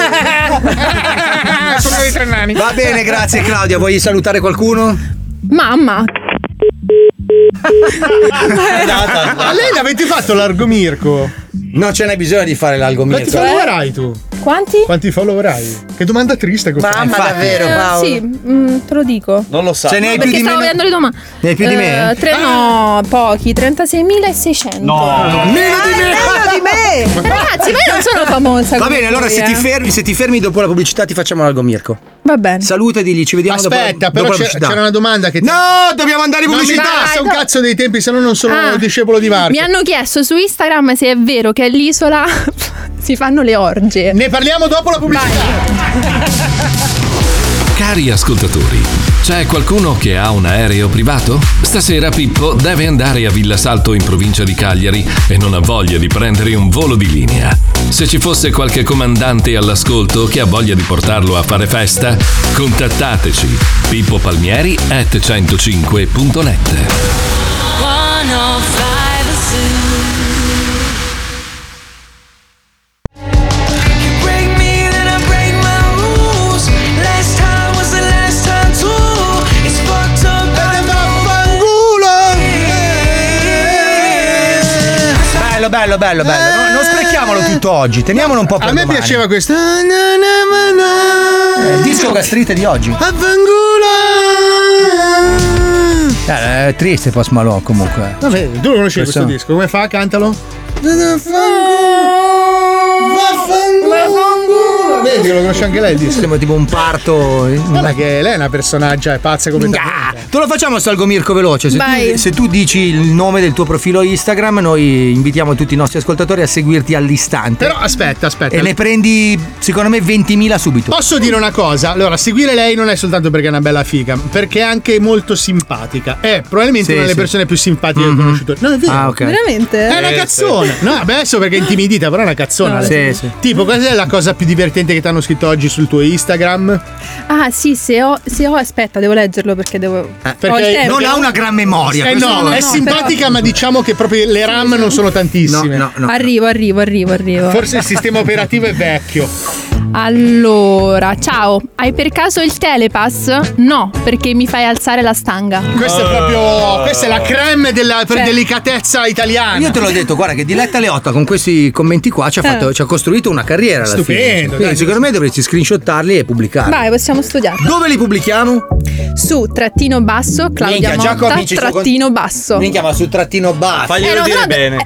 Sono dei tre nani. Va bene, grazie Claudia. Vuoi salutare qualcuno? Mamma. A lei l'avete fatto largo Mirko? Non ce n'è bisogno di fare l'algo Quanti mezzo. follower hai tu? Quanti? Quanti follower hai? Che domanda triste questa. Mamma, infatti. davvero, Eh, Paolo. sì, mm, te lo dico. Non lo sa. Ce ne hai più Perché di stavo me? vedendo le domande. Ne hai più di me? Eh, tre, no, pochi, trentaseimilaseicento. No. Meno di me. Meno di me! Ragazzi, ma io non sono famosa. Va come bene, allora voi, se ti, eh. fermi, se ti fermi dopo la pubblicità ti facciamo l'algo Mirko. Va bene. Saluta e digli ci vediamo Aspetta, dopo, però dopo la c'è- pubblicità. c'era una domanda che ti- No, dobbiamo andare in Non mi pubblicità. interessa un Dai, cazzo dei tempi, se no non sono Ah, discepolo di Marco. Mi hanno chiesto su Instagram se è vero che all'isola si fanno le orge. Ne parliamo dopo la pubblicità. Cari ascoltatori, c'è qualcuno che ha un aereo privato? Stasera Pippo deve andare a Villa Salto in provincia di Cagliari e non ha voglia di prendere un volo di linea. Se ci fosse qualche comandante all'ascolto che ha voglia di portarlo a fare festa, contattateci pippopalmieri at centocinque punto net. Bello, bello, bello, bello. No, non sprechiamolo tutto oggi, teniamolo un po' per A me domani. piaceva questo. Eh, il disco gastrite di oggi. Eh, è triste Post Malone comunque. Vabbè, tu lo conosci questo, Questo- disco? Come fa? Cantalo. vedi, lo conosce anche lei il disco. Sembra tipo un parto. Guarda che lei è una personaggia, è pazza completamente. Te lo facciamo sto Mirko veloce. Se Vai. tu, se tu dici il nome del tuo profilo Instagram, noi invitiamo tutti i nostri ascoltatori a seguirti all'istante. Però aspetta, aspetta. E ne prendi, secondo me, ventimila subito. Posso dire una cosa? Allora, seguire lei non è soltanto perché è una bella figa, perché è anche molto simpatica. È probabilmente Sì, una delle sì. persone più simpatiche Mhm. che ho conosciuto. No, è vero. Ah, ok. Veramente? È una cazzona. No, vabbè, adesso perché è intimidita, però è una cazzona. No, sì, sì. Tipo, qual è la cosa più divertente che ti hanno scritto oggi sul tuo Instagram? Ah, sì, se ho, se ho. Aspetta, devo leggerlo perché devo. ho il Perché tempo. non ha una gran memoria. Eh questo no, no. è no, simpatica, però- ma diciamo che proprio le RAM non sono tantissime. No, no, no. Arrivo, arrivo, arrivo, arrivo. Forse il sistema operativo è vecchio. Allora, ciao, hai per caso il Telepass? No, perché mi fai alzare la stanga. Questa è proprio. Questa è la creme della per Cioè- delicatezza italiana. Io te l'ho detto, guarda che Diletta Leotta con questi commenti qua ci ha, fatto, ci ha costruito una carriera alla Stupendo, fine. Quindi dai. secondo me dovresti screenshottarli e pubblicarli. Vai, possiamo studiare. Dove li pubblichiamo? Su trattino basso, Claudia Minchia, già Motta, cominci su- trattino basso. Minchia, ma sul trattino basso. Faglielo Eh, no, dire no, bene.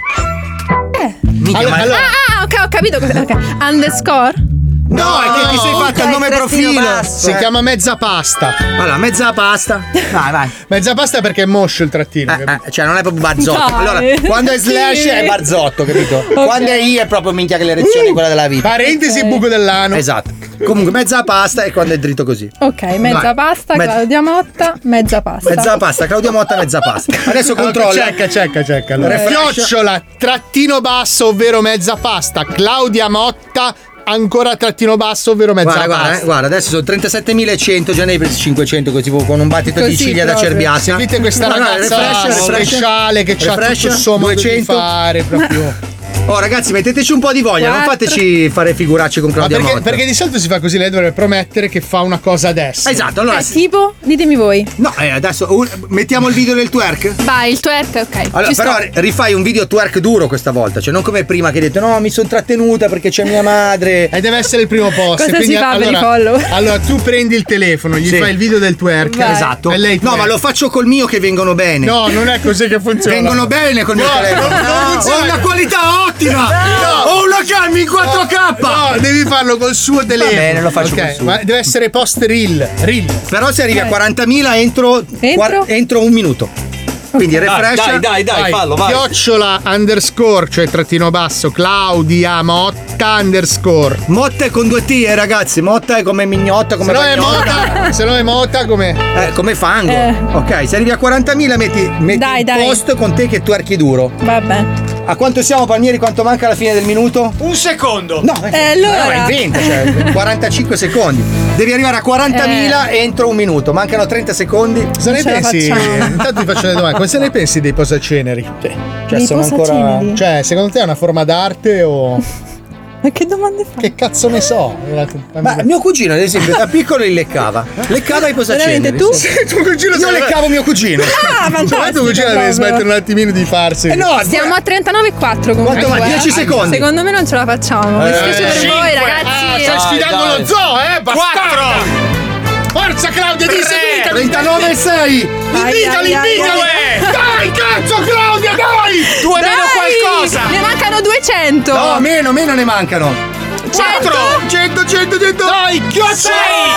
Minchia, Allora- ma- allora- Ah, ah, ok, ho capito cosa. Ok. Underscore? No, è che ti sei no, fatto il ok, nome trattino profilo. basso. Si chiama mezza pasta. Allora, mezza pasta. Vai, vai. Mezza pasta perché è moscio il trattino. Eh, eh, cioè non è proprio barzotto. Dai. Allora, quando è slash Sì. è barzotto, capito? Quando è I è proprio minchia che l'erezione è quella della vita. Parentesi, buco dell'ano. Esatto. Comunque mezza pasta e quando è dritto così. Ok, mezza Vai. pasta, Mezza- Claudia Motta, mezza pasta. Mezza pasta, Claudia Motta, mezza pasta. Adesso controlla. Cecca, cecca, cecca. Allora, Refresh. chiocciola, trattino basso, ovvero mezza pasta. Claudia Motta, ancora trattino basso, ovvero mezza Guarda, guarda, pasta. eh, guarda, adesso sono trentasette.cento, già ne hai presi cinquecento così tipo con un battito di Così ciglia da proprio. cerbiata. Seguite questa No, no, ragazza refresh, refresh. speciale che c'ha Refresh, tutto il suo modo di duecento. fare proprio. Oh ragazzi, metteteci un po' di voglia, non Quattro. fateci fare figuracce con Ma Claudia perché, Motta. perché di solito si fa così, lei dovrebbe promettere che fa una cosa adesso. Esatto, allora Eh, tipo? Ditemi voi. no, eh, adesso uh, mettiamo il video del twerk. Vai, il twerk, ok. Allora, ci però sto. ri- rifai un video twerk duro questa volta, cioè non come prima che hai detto no, mi sono trattenuta perché c'è mia madre. E deve essere il primo post. Cosa quindi si fa per allora, i follow? allora tu prendi il telefono, gli Sì. fai il video del twerk. Vai. Esatto. E lei no, twerk. ma lo faccio col mio che vengono bene. No, non è così che funziona. Vengono bene col mio No, telefono. non- non Ho funziona. una qualità ottima. No. Ho una cam in quattro K. No, devi farlo col suo telefono. bene, lo faccio Ok, col suo. ma deve essere post reel. Reel. Però se arrivi a quarantamila entro, Entro? quar- entro un minuto. Quindi refresh. Dai, dai, dai, Vai, fallo, vai. chiocciola underscore, cioè trattino basso, Claudia Motta underscore. Motta è con due T, eh, ragazzi. Motta è come mignotta, come Se no è bagnotta. Mota, se no è Mota come. Eh, come fango. Eh. Ok, se arrivi a quarantamila metti, metti Dai, un dai. post con te che twerchi duro. Vabbè. A quanto siamo, Palmieri? Quanto manca alla fine del minuto? Un secondo. No, Eh, allora. no, inventa, cioè quarantacinque secondi. Devi arrivare a quarantamila entro un minuto. Mancano trenta secondi. Cosa ne ce la pensi? facciamo. Intanto ti faccio le domande. Cosa ne pensi dei posaceneri? Cioè, Dei sono ancora. posaceneri? Cioè, secondo te è una forma d'arte o. Ma che domande fa? Che cazzo ne so? Ma mio cugino, ad esempio, da piccolo li leccava. Leccava i posaceneri. Veramente tu? sì. tuo cugino Io leccavo mio cugino. Ah, Cioè, fantastico. tuo cugino deve proprio. smettere un attimino di farsi. Eh no, Siamo a trentanove e quattro comunque. Quanto va? dieci eh. secondi. Secondo me non ce la facciamo. Mi Eh, spiace per cinque. voi, Ah, ragazzi. stai sfidando dai. lo zoo, eh? Bastardo! Forza Claudia, di seguita! trentanove e sei. Invitali, Ai, ai, invitali! ai. Dai, cazzo, Claudia, dai! Due meno Dai! qualcosa. Ne mancano duecento. No, meno, meno ne mancano. cento. cento, cento, cento. Dai, chiocciola!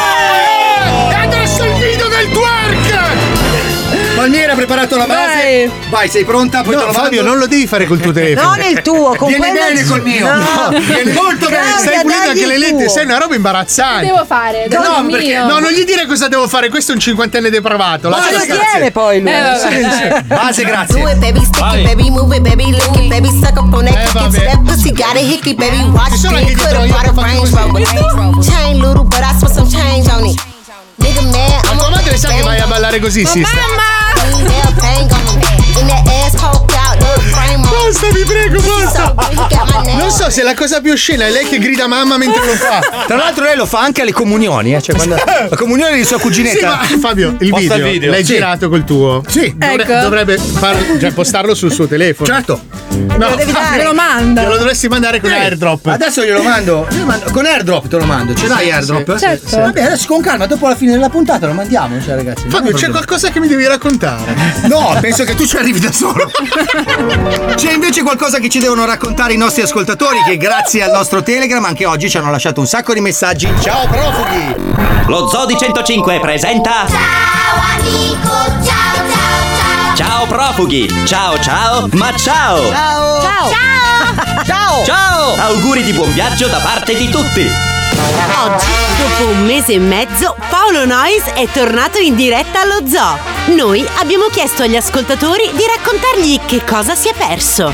E adesso il video del twerk! Palmieri ha preparato la base. Vai. Vai, sei pronta? Poi te No, lo Fabio, mando. non lo devi fare col tuo telefono. Non il tuo, con Viene quello. bene col mio. No. Viene molto bene. Claudia, Stai pulendo dagli anche le il lettere, tuo. sei una roba Che imbarazzante. devo fare? No, Devo perché, mio. no, non gli dire cosa devo fare, questo è un cinquantenne depravato. Ma Lascia sì, stare. Tiene poi lui. Eh, vabbè. Base, Do grazie. it, baby, stick it, baby, move it, baby, lick it, baby, suck up on that, Eh, kick it to vabbè. that pussy, got a hickey, baby, watch Ci sono it, anche coulda dietro io bought che a faccio Range così. Rover. Chain little, but I spent some change on it. Nigga mad, Ma I'm tua madre sa che vai a ballare così, sister? Mamma! Bang on him. In that ass poked out, little frame on. Basta, vi prego, basta. He got my name. Non so se la cosa più oscena è lei che grida mamma mentre lo fa. Tra l'altro lei lo fa anche alle comunioni, eh? Cioè quando la comunione di sua Sì, cuginetta. ma Fabio, il Posta video, il video. l'hai Sì. girato col tuo? Sì. Dovre- Ecco. Dovrebbe far- cioè, postarlo sul suo telefono. Certo. No, lo devi dare. Me lo manda. Te lo dovresti mandare con Eh, airdrop. Adesso glielo mando, glielo mando- con airdrop te lo mando. Ce l'hai Sì, airdrop? sì, Certo. sì. Vabbè, adesso con calma, dopo la fine della puntata lo mandiamo, cioè ragazzi. Fabio, c'è qualcosa che mi devi raccontare? No, penso che tu ci arrivi da solo. C'è invece qualcosa che ci devono raccontare i nostri ascoltatori che grazie al nostro Telegram anche oggi ci hanno lasciato un sacco di messaggi. Ciao profughi! Lo Zoo di centocinque presenta Ciao amico, ciao ciao ciao. Ciao profughi, ciao ciao, ma ciao! Ciao! Ciao! Ciao! Ciao! Auguri di buon viaggio da parte di tutti! Oggi, dopo un mese e mezzo, Paolo Noyes è tornato in diretta allo zoo. Noi abbiamo chiesto agli ascoltatori di raccontargli che cosa si è perso.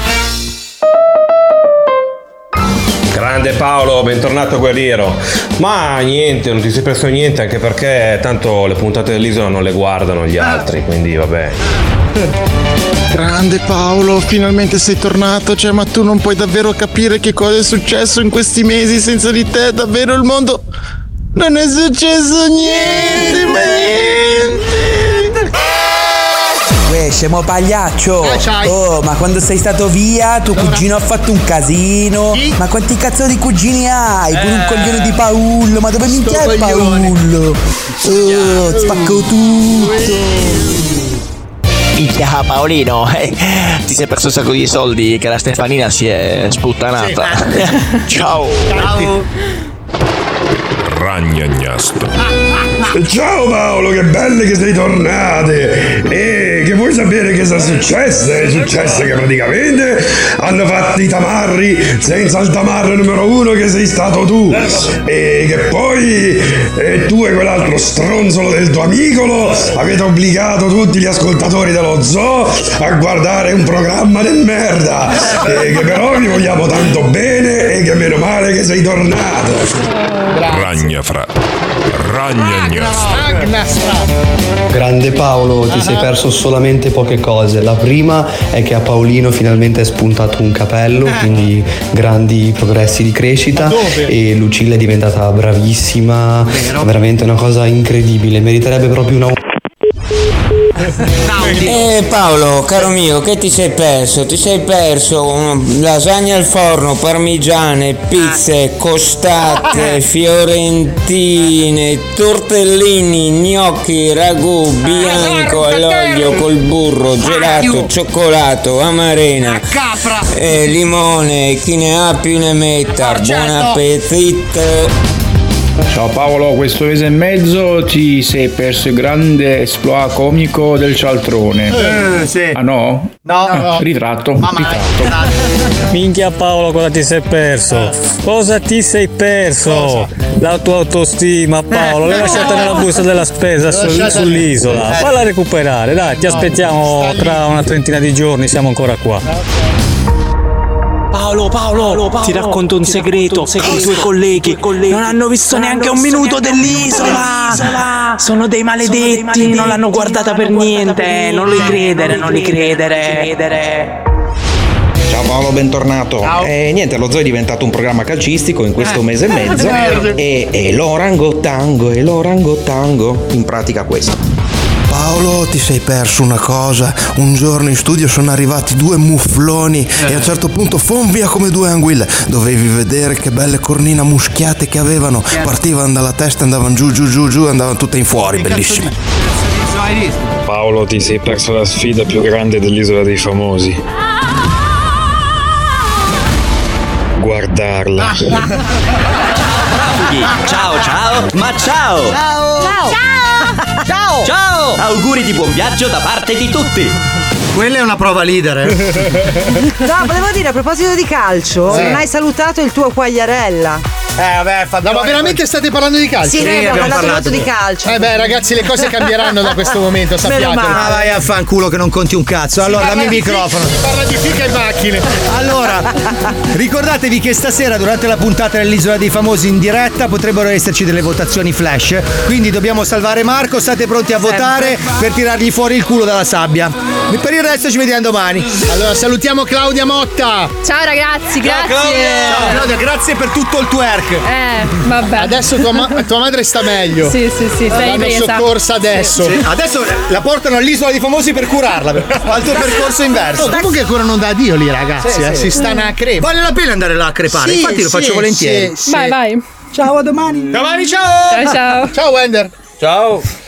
Grande Paolo, bentornato guerriero. Ma niente, non ti sei perso niente, anche perché tanto le puntate dell'isola non le guardano gli altri, quindi vabbè. Grande Paolo, finalmente sei tornato, cioè ma tu non puoi davvero capire che cosa è successo in questi mesi senza di te, davvero il mondo non è successo niente, ma niente. Uè, scemo pagliaccio! Oh, ma quando sei stato via, tuo cugino ha fatto un casino. Ma quanti cazzo di cugini hai? Pure un coglione di Paolo, ma dove minchia è Paolo? Oh, spacco tutto! Minchia Paolino, eh, ti sei perso un sacco di soldi che la Stefanina si è sputtanata. Ciao. Ciao. Ragnagnastro. Ciao Paolo, che belle che sei tornate! E che vuoi sapere che sta successo? È successo che praticamente hanno fatto i tamarri senza il tamarro numero uno che sei stato tu. E che poi e tu e quell'altro stronzolo del tuo amicolo avete obbligato tutti gli ascoltatori dello zoo a guardare un programma di merda. E che però vi vogliamo tanto bene e che meno male che sei tornato. Ragnafra. Ragnagna. Grande Paolo, ti sei perso solamente poche cose. La prima è che a Paolino finalmente è spuntato un capello, quindi grandi progressi di crescita. E Lucilla è diventata bravissima, veramente una cosa incredibile. Meriterebbe proprio una. Eh Paolo, caro mio, che ti sei perso? Ti sei perso lasagne al forno, parmigiane, pizze, costate, fiorentine, tortellini, gnocchi, ragù, bianco all'olio col burro, gelato, cioccolato, amarena, eh, limone, chi ne ha più ne metta. Buon appetito! Ciao Paolo, questo mese e mezzo ti sei perso il grande exploit comico del cialtrone. Eh, sì. Ah no? No, Ah, no. Ritratto. Mamma, ritratto. Minchia Paolo, cosa ti sei perso? Cosa ti sei perso? La tua autostima Paolo, l'hai lasciata nella busta della spesa sul- sull'isola. Falla recuperare, dai, ti aspettiamo tra una trentina di giorni, siamo ancora qua. Paolo, Paolo, ti racconto un segreto. I tuoi colleghi non hanno visto neanche un minuto dell'isola. Sono dei maledetti, non l'hanno guardata per niente. Non li credere, non li credere. Ciao Paolo, bentornato. E niente, lo zoo è diventato un programma calcistico in questo mese e mezzo. E, e l'orangotango, e l'orangotango, in pratica questo. Paolo, ti sei perso una cosa. Un giorno in studio sono arrivati due muffloni e a un certo punto fon via come due anguille. Dovevi vedere che belle cornine muschiate che avevano. Partivano dalla testa, andavano giù giù giù giù, andavano tutte in fuori, bellissime. Paolo, ti sei perso la sfida più grande dell'isola dei famosi. Guardarla. Ciao ciao, ma ciao! Ciao! Ciao! Ciao! Ciao! Auguri di buon viaggio da parte di tutti! Quella è una prova leader. eh. No, volevo dire, a proposito di calcio, Sì. non hai salutato il tuo Quagliarella. Eh, vabbè, No, ma veramente state parlando di calcio? Sì, noi abbiamo parlato molto di calcio. Eh beh, ragazzi, le cose cambieranno da questo momento, sappiatelo. Ma vai a fanculo che non conti un cazzo. Allora, dammi il microfono. Si parla di fica e macchine. Allora, ricordatevi che stasera durante la puntata dell'Isola dei Famosi in diretta potrebbero esserci delle votazioni flash. Quindi dobbiamo salvare Marco, state pronti a votare per tirargli fuori il culo dalla sabbia. Per il resto ci vediamo domani. Allora, salutiamo Claudia Motta. Ciao ragazzi, grazie. Ciao Claudia, grazie per tutto il twerk. Titanic. Eh, vabbè. Adesso tua, ma- tua madre sta meglio. Sì, sì, sì, sei L'hanno presa. soccorsa adesso. Sì, adesso la portano all'isola dei famosi per curarla. Fa il tuo percorso inverso. Oh, comunque curano da Dio lì, ragazzi. Sì, eh, sì. Si stanno a crepa. Vale la pena andare là a crepare. Sì, Infatti lo faccio sì, volentieri. sì, sì. Vai, vai. Ciao, a domani. Domani, ciao. Ciao, ciao. Ciao, Wender. Ciao.